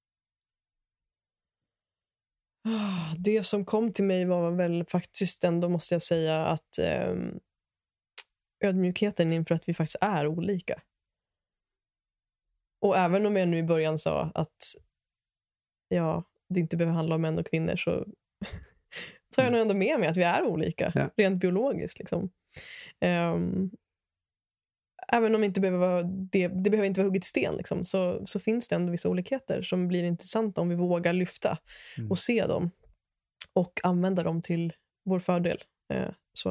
Ah, det som kom till mig var väl faktiskt ändå, måste jag säga, att eh, ödmjukheten inför att vi faktiskt är olika. Och även om jag nu i början sa att ja, det inte behöver handla om män och kvinnor, så tar jag nog ändå med mig att vi är olika, Ja. rent biologiskt liksom. Um, även om det inte behöver vara det, det behöver inte vara hugget i sten liksom, så, så finns det ändå vissa olikheter som blir intressanta om vi vågar lyfta Mm. och se dem och använda dem till vår fördel. Uh, så.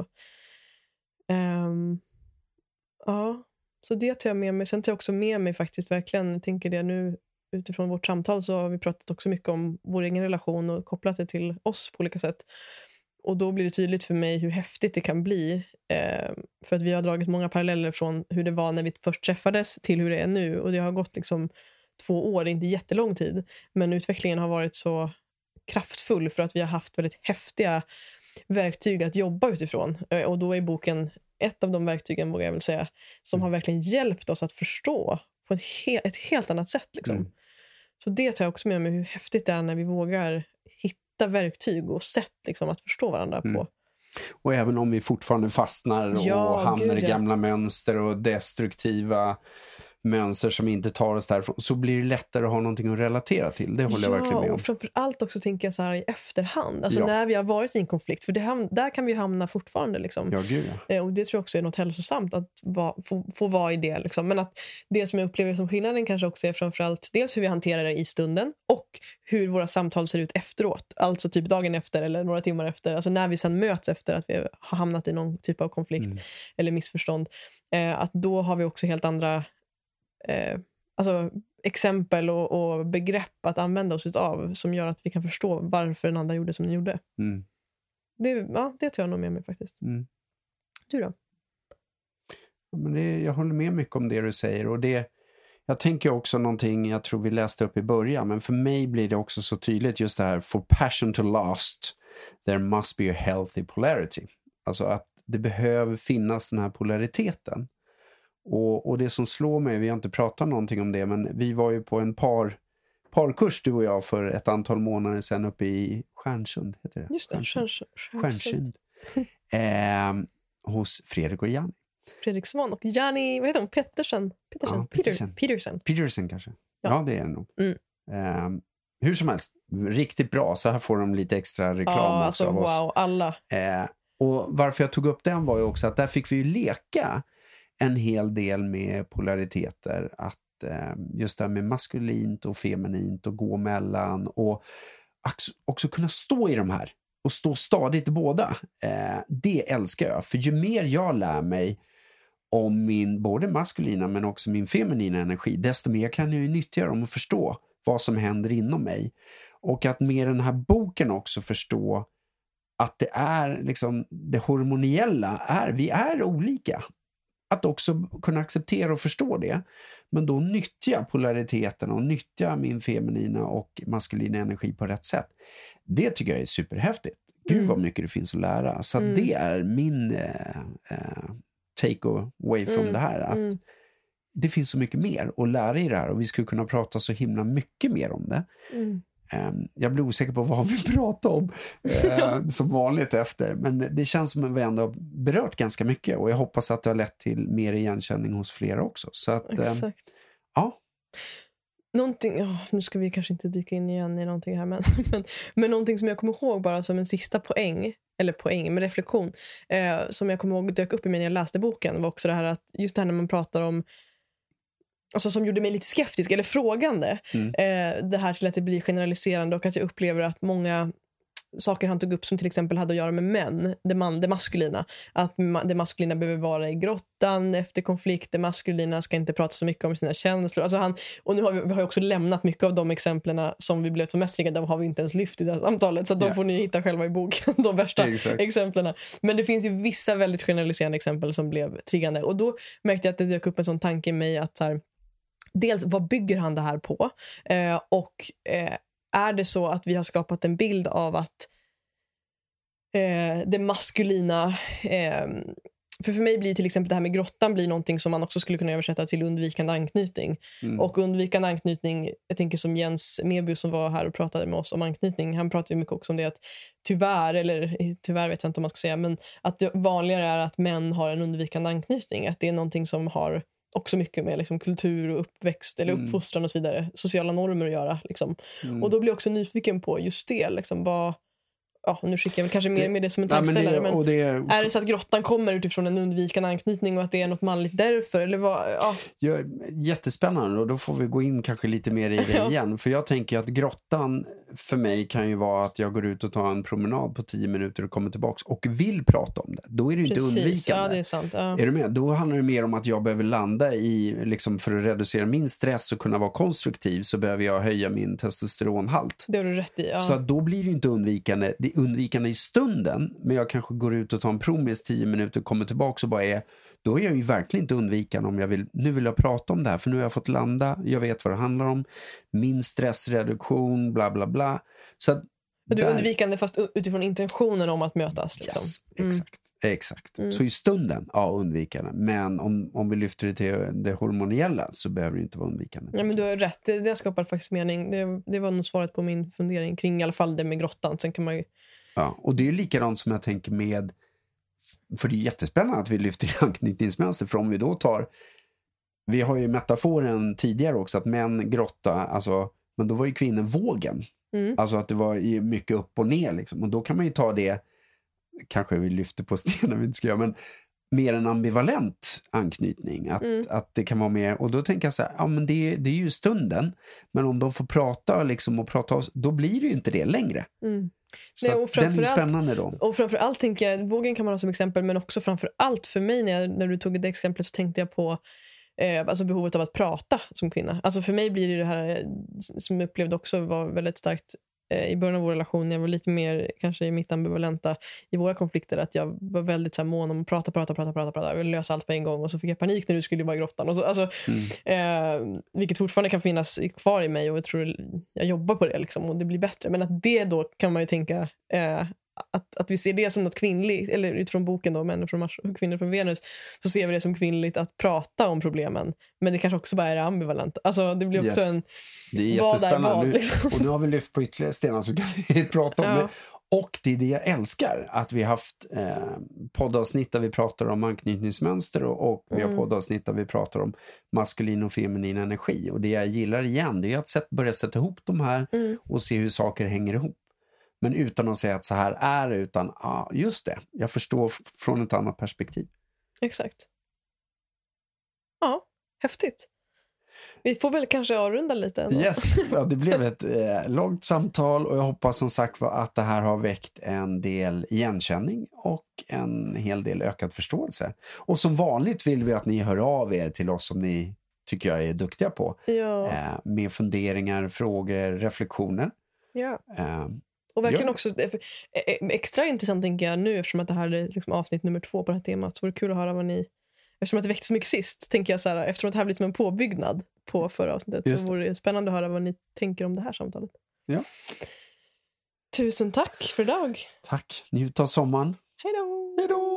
Um, ja, så det tar jag med mig. Sen tar jag också med mig faktiskt verkligen, jag tänker det nu utifrån vårt samtal, så har vi pratat också mycket om vår egen relation och kopplat det till oss på olika sätt. Och då blir det tydligt för mig hur häftigt det kan bli. Eh, för att vi har dragit många paralleller från hur det var när vi först träffades till hur det är nu. Och det har gått liksom två år, det är inte jättelång tid. Men utvecklingen har varit så kraftfull för att vi har haft väldigt häftiga verktyg att jobba utifrån. Eh, och då är boken ett av de verktygen, vågar jag väl säga, som Mm. har verkligen hjälpt oss att förstå på en he- ett helt annat sätt. Liksom. Mm. Så det tar jag också med mig, hur häftigt det är när vi vågar hitta verktyg och sätt liksom, att förstå varandra Mm. på. Och även om vi fortfarande fastnar Ja, och hamnar gud, i ja. gamla mönster och destruktiva mönster som inte tar oss därifrån, så blir det lättare att ha någonting att relatera till. Det håller jag verkligen med Ja, om. och framförallt också tänker jag så här i efterhand. Alltså Ja. när vi har varit i en konflikt. För det, ham- där kan vi hamna fortfarande. Liksom. Ja, gud ja. Eh, Och det tror jag också är något hälsosamt att va, få, få vara i det. Liksom. Men att det som jag upplever som skillnaden kanske också är framförallt dels hur vi hanterar det i stunden och hur våra samtal ser ut efteråt. Alltså typ dagen efter eller några timmar efter. Alltså när vi sen möts efter att vi har hamnat i någon typ av konflikt Mm. eller missförstånd. Eh, att då har vi också helt andra eh, alltså exempel och, och begrepp att använda oss av som gör att vi kan förstå varför den andra gjorde som den gjorde. Mm. Det, ja, det tar jag nog med mig faktiskt. Mm. Du då? Men det, jag håller med mycket om det du säger. Och det, jag tänker också någonting jag tror vi läste upp i början. Men för mig blir det också så tydligt just det här. For passion to last, there must be a healthy polarity. Alltså att det behöver finnas den här polariteten. Och, och det som slår mig, vi har inte pratat någonting om det, men vi var ju på en par, parkurs du och jag för ett antal månader sedan uppe i Stjärnsund. Heter det? Just det, Stjärnsund. Stjärnsund. Stjärnsund. eh, hos Fredrik och Jan. Fredrik Svan och Janni, vad heter hon? Pettersen? Petersen? Ja, Peter, Petersen. Petersen. Peterson kanske. Ja, Ja. det är det nog. Mm. Eh, hur som helst, riktigt bra. Så här får de lite extra reklam Ja, också alltså av oss. wow, alla. Eh, och varför jag tog upp den var ju också att där fick vi ju leka en hel del med polariteter. Att eh, just det här med maskulint och feminint och gå mellan och också, också kunna stå i de här och stå stadigt i båda. Eh, det älskar jag. För ju mer jag lär mig om min både maskulina men också min feminina energi, desto mer kan jag ju nyttja dem och förstå vad som händer inom mig. Och att med den här boken också förstå att det är liksom det hormoniella är, vi är olika. Att också kunna acceptera och förstå det. Men då nyttja polariteten och nyttja min feminina och maskulina energi på rätt sätt. Det tycker jag är superhäftigt. Gud Mm. vad mycket det finns att lära. Så Mm. det är min eh, eh, take away from Mm. det här. Att Mm. det finns så mycket mer att lära i det här och vi skulle kunna prata så himla mycket mer om det. Mm. Um, jag blir osäker på vad vi pratar om uh, som vanligt efter, men det känns som att vi ändå har berört ganska mycket och jag hoppas att det har lett till mer igenkänning hos flera också. Så att, um, Exakt. ja. Någonting, oh, nu ska vi kanske inte dyka in igen i någonting här, men, men, men någonting som jag kommer ihåg bara som en sista poäng, eller poäng med reflektion, eh, som jag kommer ihåg dök upp i mig när jag läste boken var också det här att just det här när man pratar om, alltså som gjorde mig lite skeptisk eller frågande, Mm. eh, det här till att det blir generaliserande och att jag upplever att många saker han tog upp som till exempel hade att göra med män, det, man, det maskulina, att ma- det maskulina behöver vara i grottan efter konflikt, det maskulina ska inte prata så mycket om sina känslor, alltså han, och nu har vi, vi har ju också lämnat mycket av de exemplen som vi blev som mest triggade, de har vi inte ens lyft i det här samtalet, så att de Yeah. får ni hitta själva i boken, de värsta Exakt. exemplen. Men det finns ju vissa väldigt generaliserande exempel som blev triggande, och då märkte jag att det dök upp en sån tanke i mig att så här, dels vad bygger han det här på, eh, och eh, är det så att vi har skapat en bild av att eh, det maskulina, eh, för för mig blir till exempel det här med grottan blir någonting som man också skulle kunna översätta till undvikande anknytning. Mm. Och undvikande anknytning, jag tänker som Jens Mebius som var här och pratade med oss om anknytning, han pratade ju mycket också om det att tyvärr, eller tyvärr vet jag inte om man ska säga, men att det vanligare är att män har en undvikande anknytning, att det är någonting som har också mycket med liksom, kultur och uppväxt eller Mm. uppfostran och så vidare, sociala normer att göra. Liksom. Mm. Och då blir jag också nyfiken på just det. Liksom, vad, ja, nu skickar jag väl kanske mer Det- med det som en Ja, men tankeställare. det, Men, och det, är det så att grottan kommer utifrån en undvikande anknytning och att det är något manligt därför? Eller vad, ja. Ja, jättespännande och då får vi gå in kanske lite mer i det Ja. igen. För jag tänker att grottan för mig kan ju vara att jag går ut och tar en promenad på tio minuter och kommer tillbaks och vill prata om det. Då är det ju inte Precis, undvikande. ja det är sant. Ja. Är du med? Då handlar det mer om att jag behöver landa i, liksom för att reducera min stress och kunna vara konstruktiv så behöver jag höja min testosteronhalt. Det har du rätt i. Ja. Så att då blir det ju inte undvikande. Det är undvikande i stunden, men jag kanske går ut och tar en promis tio minuter och kommer tillbaka och bara är, då är jag ju verkligen inte undvikande om jag vill, nu vill jag prata om det här för nu har jag fått landa, jag vet vad det handlar om, min stressreduktion, bla bla bla. Så att Men du är där- undvikande fast u- utifrån intentionen om att mötas. Liksom. Yes, Mm. exakt. Exakt. Mm. Så i stunden, ja, undvikande. Men om, om vi lyfter det till det hormoniella så behöver det inte vara undvikande. Ja, men du har rätt. Det, det skapar faktiskt mening. Det, det var nog svaret på min fundering kring i alla fall det med grottan. Sen kan man ju... Ja, och det är ju likadant som jag tänker med, för det är jättespännande att vi lyfter anknytningsmönster, för om vi då tar, vi har ju metaforen tidigare också att män grotta, alltså, men då var ju kvinnor vågen. Mm. Alltså att det var ju mycket upp och ner liksom. Och då kan man ju ta det, kanske vi lyfter på stenen vi inte ska göra, men mer en ambivalent anknytning. Att, Mm. att det kan vara mer, och då tänker jag så här, ja men det, det är ju stunden, men om de får prata liksom och prata oss, då blir det ju inte det längre. Mm. Så Nej, och att den är ju framförallt- spännande då. Och framför allt tänker jag, vågen kan man ha som exempel, men också framför allt för mig när, jag, när du tog det exemplet så tänkte jag på eh, alltså behovet av att prata som kvinna. Alltså för mig blir det det här eh, som jag upplevde också var väldigt starkt eh, i början av vår relation. Jag var lite mer kanske i mitt ambivalenta i våra konflikter, att jag var väldigt så här, mån om att prata, prata, prata, prata, prata. Jag ville lösa allt på en gång och så fick jag panik när du skulle vara i grottan. Och så, alltså, Mm. eh, vilket fortfarande kan finnas kvar i mig och jag tror jag jobbar på det liksom, och det blir bättre. Men att det då kan man ju tänka eh, att, att vi ser det som något kvinnligt, eller utifrån boken då, Män från Mars och Kvinnor från Venus, så ser vi det som kvinnligt att prata om problemen, men det kanske också bara är ambivalent. Alltså det blir också Yes. en Det är vad är jättespännande. vad, Nu- liksom. Och nu har vi lyft på ytterligare stenar så kan vi prata om Ja. det. Och det är det jag älskar, att vi har haft eh, poddavsnitt där vi pratar om anknytningsmönster och, och vi har Mm. poddavsnitt där vi pratar om maskulin och feminin energi. Och det jag gillar igen, det är att sätt, börja sätta ihop de här Mm. och se hur saker hänger ihop. Men utan att säga att så här är det, utan ah, just det, jag förstår f- från ett annat perspektiv. Exakt. Ja, häftigt. Vi får väl kanske avrunda lite ändå. Yes, ja, det blev ett eh, långt samtal och jag hoppas som sagt var att det här har väckt en del igenkänning och en hel del ökad förståelse. Och som vanligt vill vi att ni hör av er till oss som ni tycker jag är duktiga på. Ja. Eh, med funderingar, frågor, reflektioner. ja. Eh, Och verkligen Ja. också eh, för- eh, extra intressant tänker jag nu eftersom att det här är liksom avsnitt nummer två på det här temat. Så vore det kul att höra vad ni... Eftersom att det väckte så mycket sist tänker jag så här, eftersom att det här blir som en påbyggnad på förra avsnittet Just så det. vore det spännande att höra vad ni tänker om det här samtalet. Ja. Tusen tack för idag. tack, njut av sommaren. Hej då! Hej då!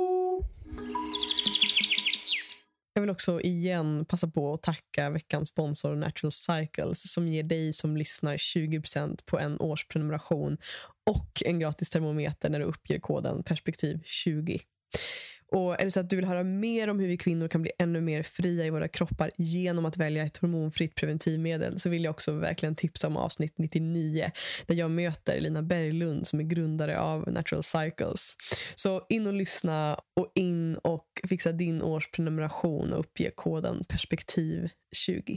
Jag vill också igen passa på att tacka veckans sponsor Natural Cycles som ger dig som lyssnar tjugo procent på en årsprenumeration och en gratis termometer när du uppger koden perspektiv tjugo. Och är det så att du vill höra mer om hur vi kvinnor kan bli ännu mer fria i våra kroppar genom att välja ett hormonfritt preventivmedel så vill jag också verkligen tipsa om avsnitt nittionio där jag möter Lina Berglund som är grundare av Natural Cycles. Så in och lyssna och in och fixa din årsprenumeration och uppge koden perspektiv tjugo.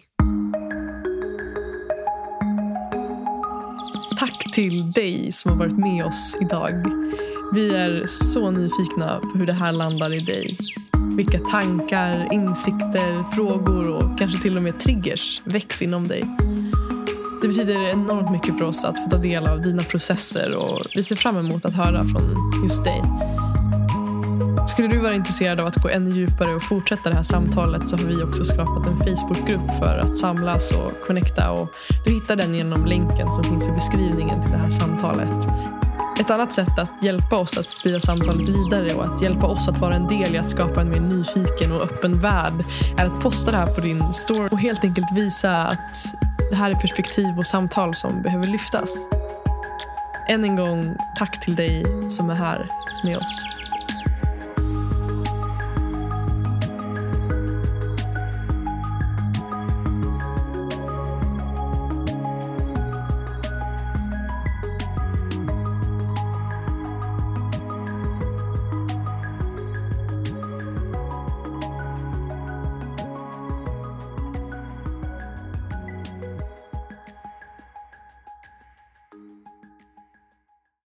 Tack till dig som har varit med oss idag. Vi är så nyfikna på hur det här landar i dig. Vilka tankar, insikter, frågor och kanske till och med triggers väcks inom dig. Det betyder enormt mycket för oss att få ta del av dina processer och vi ser fram emot att höra från just dig. Skulle du vara intresserad av att gå ännu djupare och fortsätta det här samtalet så har vi också skapat en Facebookgrupp för att samlas och connecta och du hittar den genom länken som finns i beskrivningen till det här samtalet. Ett annat sätt att hjälpa oss att sprida samtalet vidare och att hjälpa oss att vara en del i att skapa en mer nyfiken och öppen värld är att posta det här på din story och helt enkelt visa att det här är perspektiv och samtal som behöver lyftas. Än en gång, tack till dig som är här med oss.